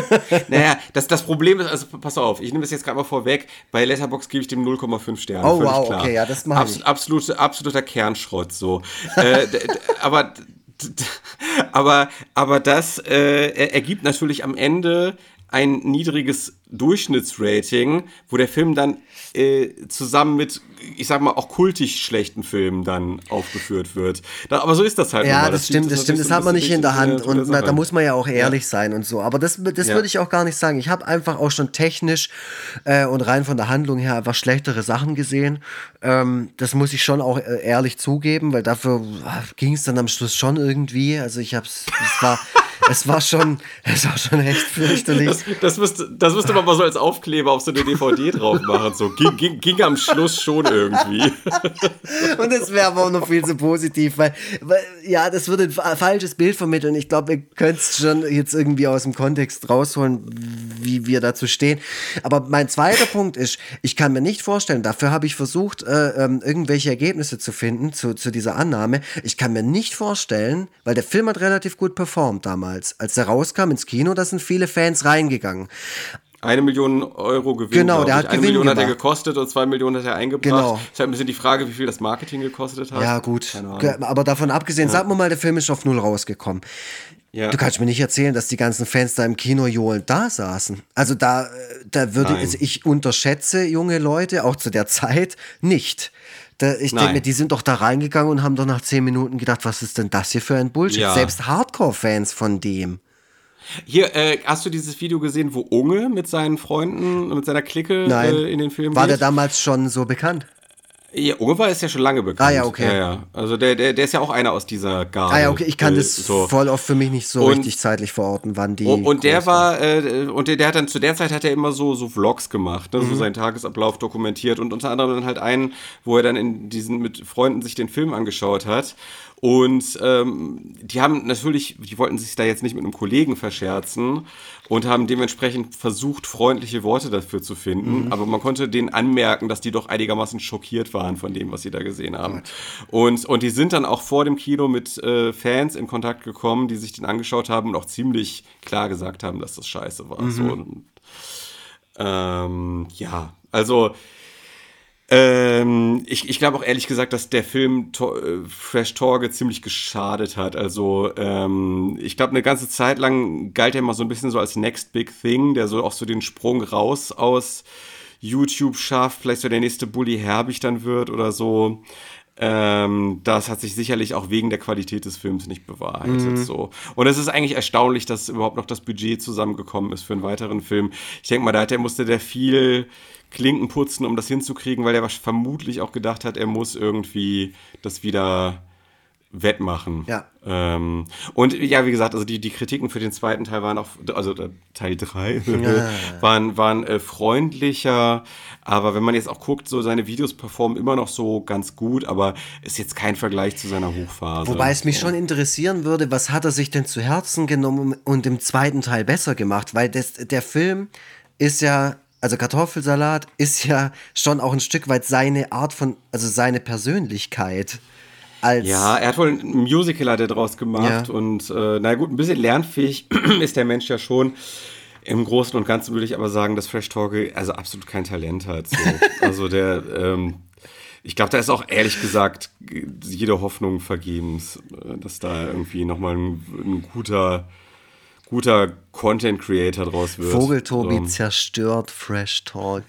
Naja, das, das Problem ist, also pass auf, ich nehme das jetzt gerade mal vorweg, bei Letterboxd gebe ich dem null Komma fünf Sterne. Oh, völlig wow, klar. okay, ja, das mache Abs- ich. Absolute, absoluter Kernschrott, so. äh, d- d- aber, d- d- aber, aber das äh, er- ergibt natürlich am Ende ein niedriges Durchschnittsrating, wo der Film dann äh, zusammen mit, ich sag mal, auch kultig schlechten Filmen dann aufgeführt wird. Da, aber so ist das halt. Ja, nun mal. das stimmt, das stimmt. Das hat man nicht in der Hand. Und na, da muss man ja auch ehrlich sein und so. Aber das, das Ja. würde ich auch gar nicht sagen. Ich habe einfach auch schon technisch äh, und rein von der Handlung her einfach schlechtere Sachen gesehen. Ähm, das muss ich schon auch äh, ehrlich zugeben, weil dafür ging es dann am Schluss schon irgendwie. Also ich hab's, es war, es war schon, es war schon echt fürchterlich. Das, das, müsste, das müsste man mal so als Aufkleber auf so eine D V D drauf machen. So. Ging, ging, ging am Schluss schon irgendwie. Und das wäre aber auch noch viel zu positiv, weil, weil ja, das würde ein fa- falsches Bild vermitteln. Ich glaube, ihr könnt es schon jetzt irgendwie aus dem Kontext rausholen, wie wir dazu stehen. Aber mein zweiter Punkt ist, ich kann mir nicht vorstellen, dafür habe ich versucht, äh, ähm, irgendwelche Ergebnisse zu finden zu, zu dieser Annahme. Ich kann mir nicht vorstellen, weil der Film hat relativ gut performt damals. Als der rauskam ins Kino, da sind viele Fans reingegangen. Eine Million Euro Gewinn. Genau, glaub der ich. hat Eine Gewinn Million hat er gemacht. gekostet und zwei Millionen hat er eingebracht. Genau. Ist halt ein bisschen die Frage, wie viel das Marketing gekostet hat. Ja, gut. Keine Ahnung. Ge- Aber davon abgesehen, sag mir mal, der Film ist auf null rausgekommen. Ja. Du kannst mir nicht erzählen, dass die ganzen Fans da im Kino johlend da saßen. Also da, äh, da würde Nein. also ich unterschätze junge Leute, auch zu der Zeit, nicht. Da, ich Nein. denke mir, die sind doch da reingegangen und haben doch nach zehn Minuten gedacht, was ist denn das hier für ein Bullshit? Ja. Selbst Hardcore-Fans von dem. Hier, äh, hast du dieses Video gesehen, wo Unge mit seinen Freunden, mit seiner Clique Nein. äh, in den Film War der geht? damals schon so bekannt? Ja, Unge war ist ja schon lange bekannt. Ah, ja, okay. Ja, ja. Also der, der, der ist ja auch einer aus dieser Garde. Ah ja, okay, ich kann äh, das so. voll oft für mich nicht so Und- richtig zeitlich verorten, wann die. Und, und der groß waren. war, äh, und der, der hat dann zu der Zeit hat er immer so, so Vlogs gemacht, ne? so Mhm. seinen Tagesablauf dokumentiert und unter anderem dann halt einen, wo er dann in diesen mit Freunden sich den Film angeschaut hat. Und ähm, die haben natürlich, die wollten sich da jetzt nicht mit einem Kollegen verscherzen und haben dementsprechend versucht, freundliche Worte dafür zu finden. Mhm. Aber man konnte denen anmerken, dass die doch einigermaßen schockiert waren von dem, was sie da gesehen haben. Und, und die sind dann auch vor dem Kino mit äh, Fans in Kontakt gekommen, die sich den angeschaut haben und auch ziemlich klar gesagt haben, dass das scheiße war. So, und, ähm, ja, also ähm, ich, ich glaube auch ehrlich gesagt, dass der Film Tor, äh, Fresh Torge ziemlich geschadet hat. Also ähm, ich glaube, eine ganze Zeit lang galt er mal so ein bisschen so als Next Big Thing, der so auch so den Sprung raus aus YouTube schafft, vielleicht so der nächste Bully Herbig dann wird oder so. Ähm, das hat sich sicherlich auch wegen der Qualität des Films nicht bewahrheitet. So. Und es ist eigentlich erstaunlich, dass überhaupt noch das Budget zusammengekommen ist für einen weiteren Film. Ich denke mal, da hat der, musste der viel Klinken putzen, um das hinzukriegen, weil er vermutlich auch gedacht hat, er muss irgendwie das wieder wettmachen. Ja. Ähm, und ja, wie gesagt, also die, die Kritiken für den zweiten Teil waren auch, also der Teil drei, waren, waren äh, freundlicher, aber wenn man jetzt auch guckt, so seine Videos performen immer noch so ganz gut, aber ist jetzt kein Vergleich zu seiner Hochphase. Wobei es mich schon interessieren würde, was hat er sich denn zu Herzen genommen und im zweiten Teil besser gemacht? Weil das, der Film ist ja, also Kartoffelsalat ist ja schon auch ein Stück weit seine Art von, also seine Persönlichkeit. Als Ja, er hat wohl ein Musical hat er draus gemacht Ja. und äh, na gut, ein bisschen lernfähig ist der Mensch ja schon. Im Großen und Ganzen würde ich aber sagen, dass Fresh Torge also absolut kein Talent hat. So. Also der, ähm, ich glaube, da ist auch ehrlich gesagt jede Hoffnung vergebens, äh, dass da irgendwie nochmal ein, ein guter, guter Content-Creator draus wird. Vogeltobi so. zerstört Fresh Talk.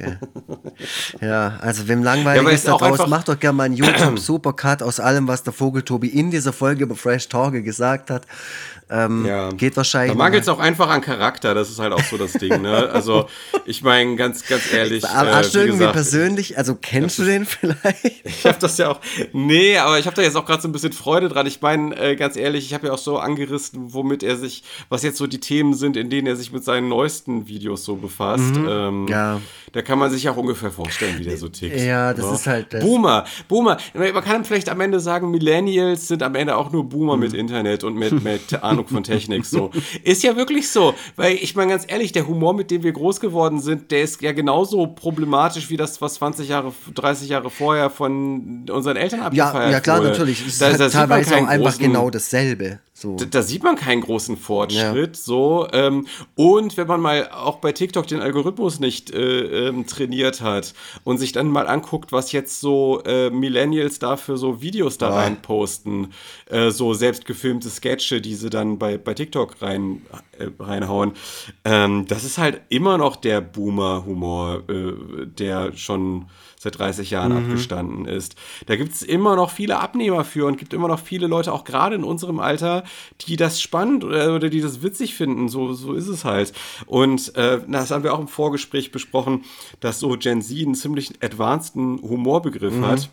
Ja, also wem langweilig Ja, ist da auch draußen, einfach- macht doch gerne mal einen YouTube-Supercut aus allem, was der Vogeltobi in dieser Folge über Fresh Talk gesagt hat. Ähm, Ja. Geht wahrscheinlich. Da mangelt es auch einfach an Charakter, das ist halt auch so das Ding, ne? Also, ich meine, ganz, ganz ehrlich. Aber äh, hast du wie irgendwie gesagt, persönlich, also kennst du den vielleicht? Ich habe das ja auch, nee, aber ich habe da jetzt auch gerade so ein bisschen Freude dran. Ich meine, äh, ganz ehrlich, ich habe ja auch so angerissen, womit er sich, was jetzt so die Themen sind, in denen er sich mit seinen neuesten Videos so befasst. Ähm, Ja. Da kann man sich auch ungefähr vorstellen, wie der so tickt. Ja, das ne? ist halt das. Boomer, Boomer. Man kann vielleicht am Ende sagen, Millennials sind am Ende auch nur Boomer mit Internet und mit, mit Ahnung von Technik. So. Ist ja wirklich so, weil ich meine ganz ehrlich, der Humor, mit dem wir groß geworden sind, der ist ja genauso problematisch wie das, was zwanzig Jahre, dreißig Jahre vorher von unseren Eltern abgefeiert Ja, ja klar, wurde. natürlich. Es ist Da- halt da sieht man teilweise auch keinen einfach großen- genau dasselbe. So. Da, da sieht man keinen großen Fortschritt, so. Ähm, und wenn man mal auch bei TikTok den Algorithmus nicht äh, ähm, trainiert hat und sich dann mal anguckt, was jetzt so äh, Millennials da für so Videos da Ja. rein posten, äh, so selbst gefilmte Sketche, die sie dann bei, bei TikTok rein, äh, reinhauen, ähm, das ist halt immer noch der Boomer-Humor, äh, der schon seit dreißig Jahren abgestanden ist. Da gibt es immer noch viele Abnehmer für und gibt immer noch viele Leute, auch gerade in unserem Alter, die das spannend oder, oder die das witzig finden. So, so ist es halt. Und äh, das haben wir auch im Vorgespräch besprochen, dass so Gen Z einen ziemlich advanceden Humorbegriff hat.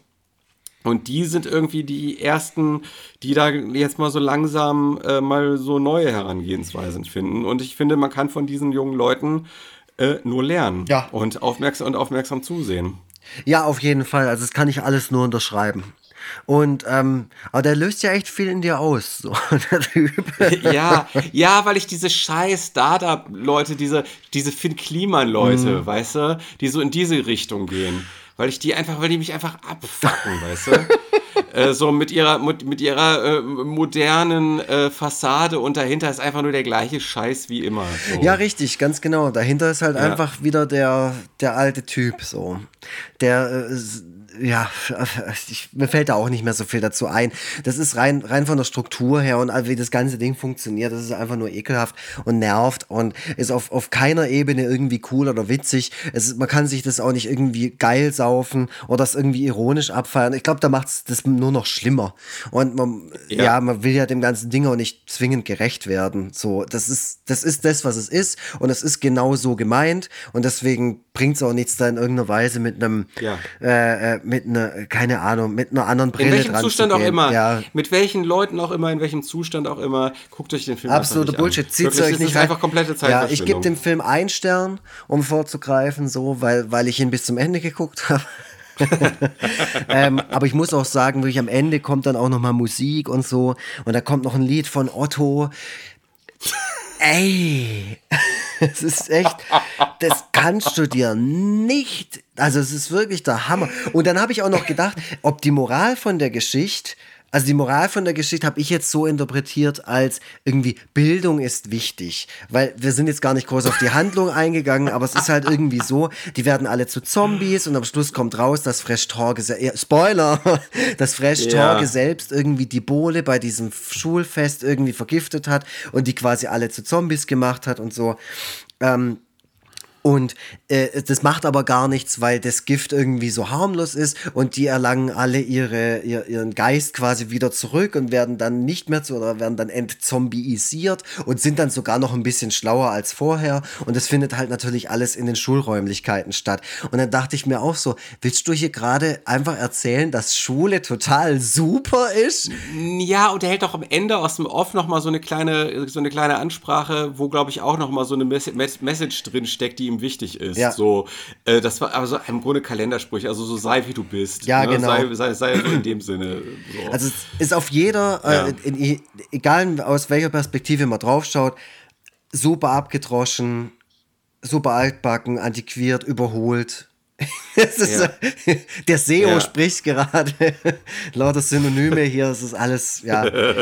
Und die sind irgendwie die ersten, die da jetzt mal so langsam äh, mal so neue Herangehensweisen finden. Und ich finde, man kann von diesen jungen Leuten äh, nur lernen Ja. und aufmerksam und aufmerksam zusehen. Ja, auf jeden Fall. Also das kann ich alles nur unterschreiben. Und ähm, aber der löst ja echt viel in dir aus, so der Typ. Ja, ja, weil ich diese scheiß Startup-Leute, diese, diese Finn Kliman-Leute, Mhm. weißt du, die so in diese Richtung gehen. Weil ich die einfach, weil die mich einfach abfucken, weißt du? Äh, so mit ihrer, mit, mit ihrer äh, modernen äh, Fassade und dahinter ist einfach nur der gleiche Scheiß wie immer. So. Ja, richtig, ganz genau. Dahinter ist halt Ja. einfach wieder der, der alte Typ, so. Der, äh, s- ja, ich, mir fällt da auch nicht mehr so viel dazu ein. Das ist rein, rein von der Struktur her und wie das ganze Ding funktioniert, das ist einfach nur ekelhaft und nervt und ist auf, auf keiner Ebene irgendwie cool oder witzig. Es ist, man kann sich das auch nicht irgendwie geil saufen oder das irgendwie ironisch abfeiern. Ich glaube, da macht es das nur noch schlimmer. Und man, ja. Ja. man will ja dem ganzen Ding auch nicht zwingend gerecht werden. So, das ist, das ist das, was es ist und es ist genau so gemeint und deswegen bringt es auch nichts da in irgendeiner Weise mit einem, Ja. äh, äh, mit einer, keine Ahnung, mit einer anderen Brille In welchem dran Zustand zu auch gehen. immer, Ja, mit welchen Leuten auch immer, in welchem Zustand auch immer, guckt euch den Film absoluter einfach nicht Bullshit. an. Zieht Wirklich, euch das nicht ist rein. einfach komplette Ja, Zeitverschwendung. ich gebe dem Film einen Stern, um vorzugreifen, so, weil, weil ich ihn bis zum Ende geguckt habe. ähm, aber ich muss auch sagen, wirklich am Ende kommt dann auch noch mal Musik und so und da kommt noch ein Lied von Otto. Ey, es ist echt, das kannst du dir nicht, also es ist wirklich der Hammer. Und dann habe ich auch noch gedacht, ob die Moral von der Geschichte, also die Moral von der Geschichte habe ich jetzt so interpretiert als irgendwie Bildung ist wichtig, weil wir sind jetzt gar nicht groß auf die Handlung eingegangen, aber es ist halt irgendwie so, die werden alle zu Zombies und am Schluss kommt raus, dass Fresh Torge, se- ja, Spoiler, dass Fresh Ja. Torge selbst irgendwie die Bowle bei diesem Schulfest irgendwie vergiftet hat und die quasi alle zu Zombies gemacht hat und so. Ähm, Und äh, das macht aber gar nichts, weil das Gift irgendwie so harmlos ist und die erlangen alle ihre, ihr, ihren Geist quasi wieder zurück und werden dann nicht mehr zu oder werden dann entzombiisiert und sind dann sogar noch ein bisschen schlauer als vorher. Und das findet halt natürlich alles in den Schulräumlichkeiten statt. Und dann dachte ich mir auch so, willst du hier gerade einfach erzählen, dass Schule total super ist? Ja, und er hält auch am Ende aus dem Off noch mal so eine kleine, so eine kleine Ansprache, wo, glaube ich, auch noch mal so eine Mes Mes Message drin steckt, die ihm wichtig ist. Ja. So, äh, das war also im Grunde Kalendersprüche, also so sei wie du bist. Ja, ne? genau. Sei, sei, sei so in dem Sinne. So. Also es ist auf jeder, Ja. äh, in, in, egal aus welcher Perspektive man draufschaut, super abgedroschen, super altbacken, antiquiert, überholt. Das ist, Ja. äh, der S E O Ja. spricht gerade. Lauter Synonyme hier, es ist alles, ja.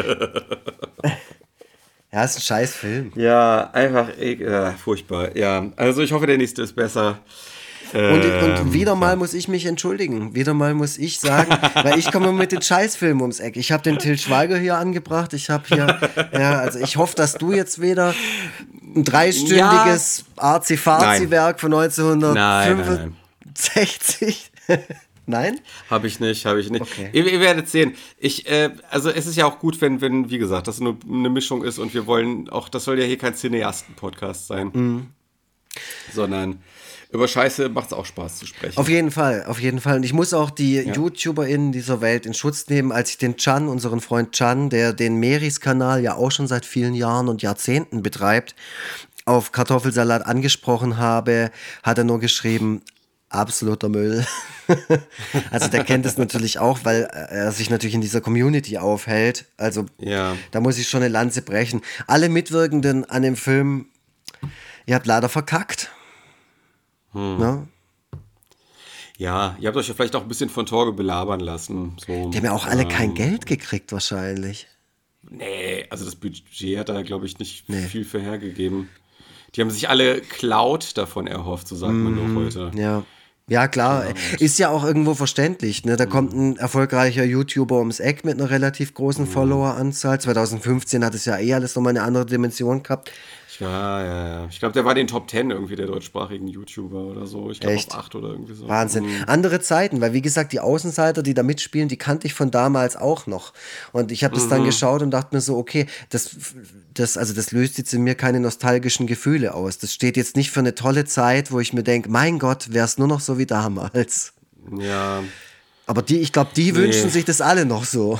Ja, ist ein scheiß Film. Ja, einfach äh, furchtbar. Ja, also ich hoffe, der nächste ist besser. Und, Ähm, und wieder mal ja. muss ich mich entschuldigen. Wieder mal muss ich sagen, weil ich komme mit den Scheißfilmen ums Eck. Ich habe den Til Schweiger hier angebracht. Ich habe hier, ja, also ich hoffe, dass du jetzt wieder ein dreistündiges Arzi-Fazi-Werk von neunzehnhundertfünfundsechzig. Nein, nein, nein. Nein? Habe ich nicht, habe ich nicht. Okay. Ihr, ihr werdet sehen. Ich, äh, also es ist ja auch gut, wenn, wenn, wie gesagt, das nur eine Mischung ist und wir wollen auch, das soll ja hier kein Cineasten-Podcast sein, Mhm. sondern über Scheiße macht es auch Spaß zu sprechen. Auf jeden Fall, auf jeden Fall. Und ich muss auch die ja. YouTuberInnen dieser Welt in Schutz nehmen, als ich den Can, unseren Freund Can, der den Meris-Kanal ja auch schon seit vielen Jahren und Jahrzehnten betreibt, auf Kartoffelsalat angesprochen habe, hat er nur geschrieben, absoluter Müll. Also der kennt es natürlich auch, weil er sich natürlich in dieser Community aufhält. Also ja. da muss ich schon eine Lanze brechen. Alle Mitwirkenden an dem Film, ihr habt leider verkackt. Hm. Ne? Ja, ihr habt euch ja vielleicht auch ein bisschen von Torge belabern lassen. So, Die haben ja auch alle ähm, kein Geld gekriegt wahrscheinlich. Nee, also das Budget hat da, glaube ich, nicht Nee. viel für hergegeben. Die haben sich alle Cloud davon erhofft, so sagt man doch heute. Ja. Ja, klar. Ist ja auch irgendwo verständlich. Ne? Da kommt ein erfolgreicher YouTuber ums Eck mit einer relativ großen Followeranzahl. zwanzig fünfzehn hat es ja eh alles nochmal eine andere Dimension gehabt. Ja, ja, ja. Ich glaube, der war in den Top Ten irgendwie der deutschsprachigen YouTuber oder so. Ich glaube auf Echt? acht oder irgendwie so. Wahnsinn. Mhm. Andere Zeiten, weil wie gesagt, die Außenseiter, die da mitspielen, die kannte ich von damals auch noch. Und ich habe das dann geschaut und dachte mir so, okay, das, das, also das löst jetzt in mir keine nostalgischen Gefühle aus. Das steht jetzt nicht für eine tolle Zeit, wo ich mir denke, mein Gott, wäre es nur noch so wie damals. Ja. Aber die, ich glaube, die Nee. wünschen sich das alle noch so.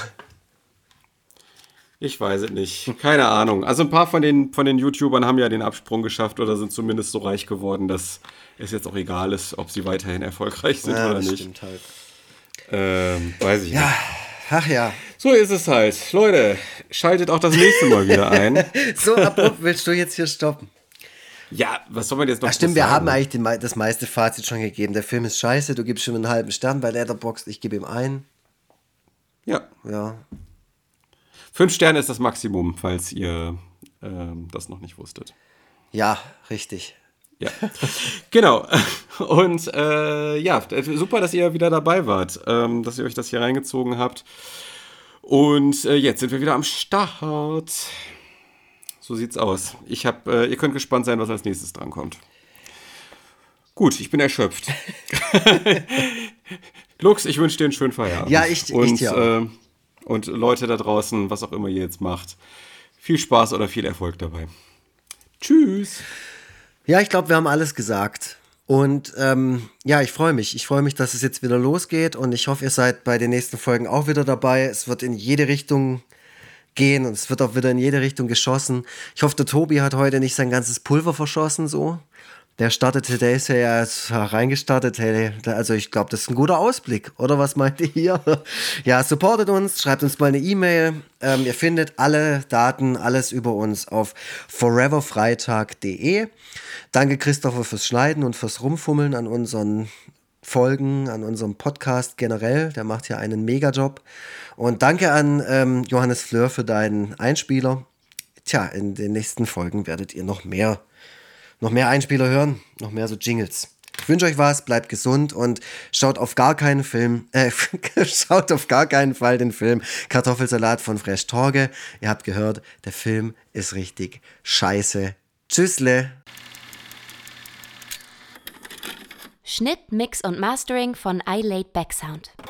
Ich weiß es nicht. Keine Ahnung. Also ein paar von den, von den YouTubern haben ja den Absprung geschafft oder sind zumindest so reich geworden, dass es jetzt auch egal ist, ob sie weiterhin erfolgreich sind Ja, oder das nicht. stimmt halt. Ähm, weiß ich Ja, nicht. ach ja. So ist es halt. Leute, schaltet auch das nächste Mal wieder ein. So abrupt willst du jetzt hier stoppen. Ja, was soll man jetzt noch Ach stimmt, groß wir sagen? haben eigentlich die, mei- das meiste Fazit schon gegeben. Der Film ist scheiße, du gibst ihm einen halben Stern bei Letterboxd, ich gebe ihm einen. Ja. Ja. Fünf Sterne ist das Maximum, falls ihr ähm, das noch nicht wusstet. Ja, richtig. Ja, genau. Und äh, ja, super, dass ihr wieder dabei wart, ähm, dass ihr euch das hier reingezogen habt. Und äh, jetzt sind wir wieder am Start. So sieht's aus. Ich hab, äh, ihr könnt gespannt sein, was als nächstes drankommt. Gut, ich bin erschöpft. Lux, ich wünsche dir einen schönen Feierabend. Ja, ich- ich und, dir auch. äh, und Leute da draußen, was auch immer ihr jetzt macht, viel Spaß oder viel Erfolg dabei. Tschüss. Ja, ich glaube, wir haben alles gesagt. Und ähm, ja, ich freue mich. Ich freue mich, dass es jetzt wieder losgeht und ich hoffe, ihr seid bei den nächsten Folgen auch wieder dabei. Es wird in jede Richtung gehen und es wird auch wieder in jede Richtung geschossen. Ich hoffe, der Tobi hat heute nicht sein ganzes Pulver verschossen, so. Der startete, der ist ja, ja jetzt reingestartet. Hey, also ich glaube, das ist ein guter Ausblick. Oder was meint ihr hier? Ja, supportet uns, schreibt uns mal eine E-Mail. Ähm, ihr findet alle Daten, alles über uns auf foreverfreitag punkt de. Danke Christopher fürs Schneiden und fürs Rumfummeln an unseren Folgen, an unserem Podcast generell. Der macht ja einen Megajob. Und danke an ähm, Johannes Fleur für deinen Einspieler. Tja, in den nächsten Folgen werdet ihr noch mehr Noch mehr Einspieler hören, noch mehr so Jingles. Ich wünsche euch was, bleibt gesund und schaut auf gar keinen Film, äh, schaut auf gar keinen Fall den Film Kartoffelsalat von Fresh Torge. Ihr habt gehört, der Film ist richtig scheiße. Tschüssle. Schnitt, Mix und Mastering von iLaid Backsound.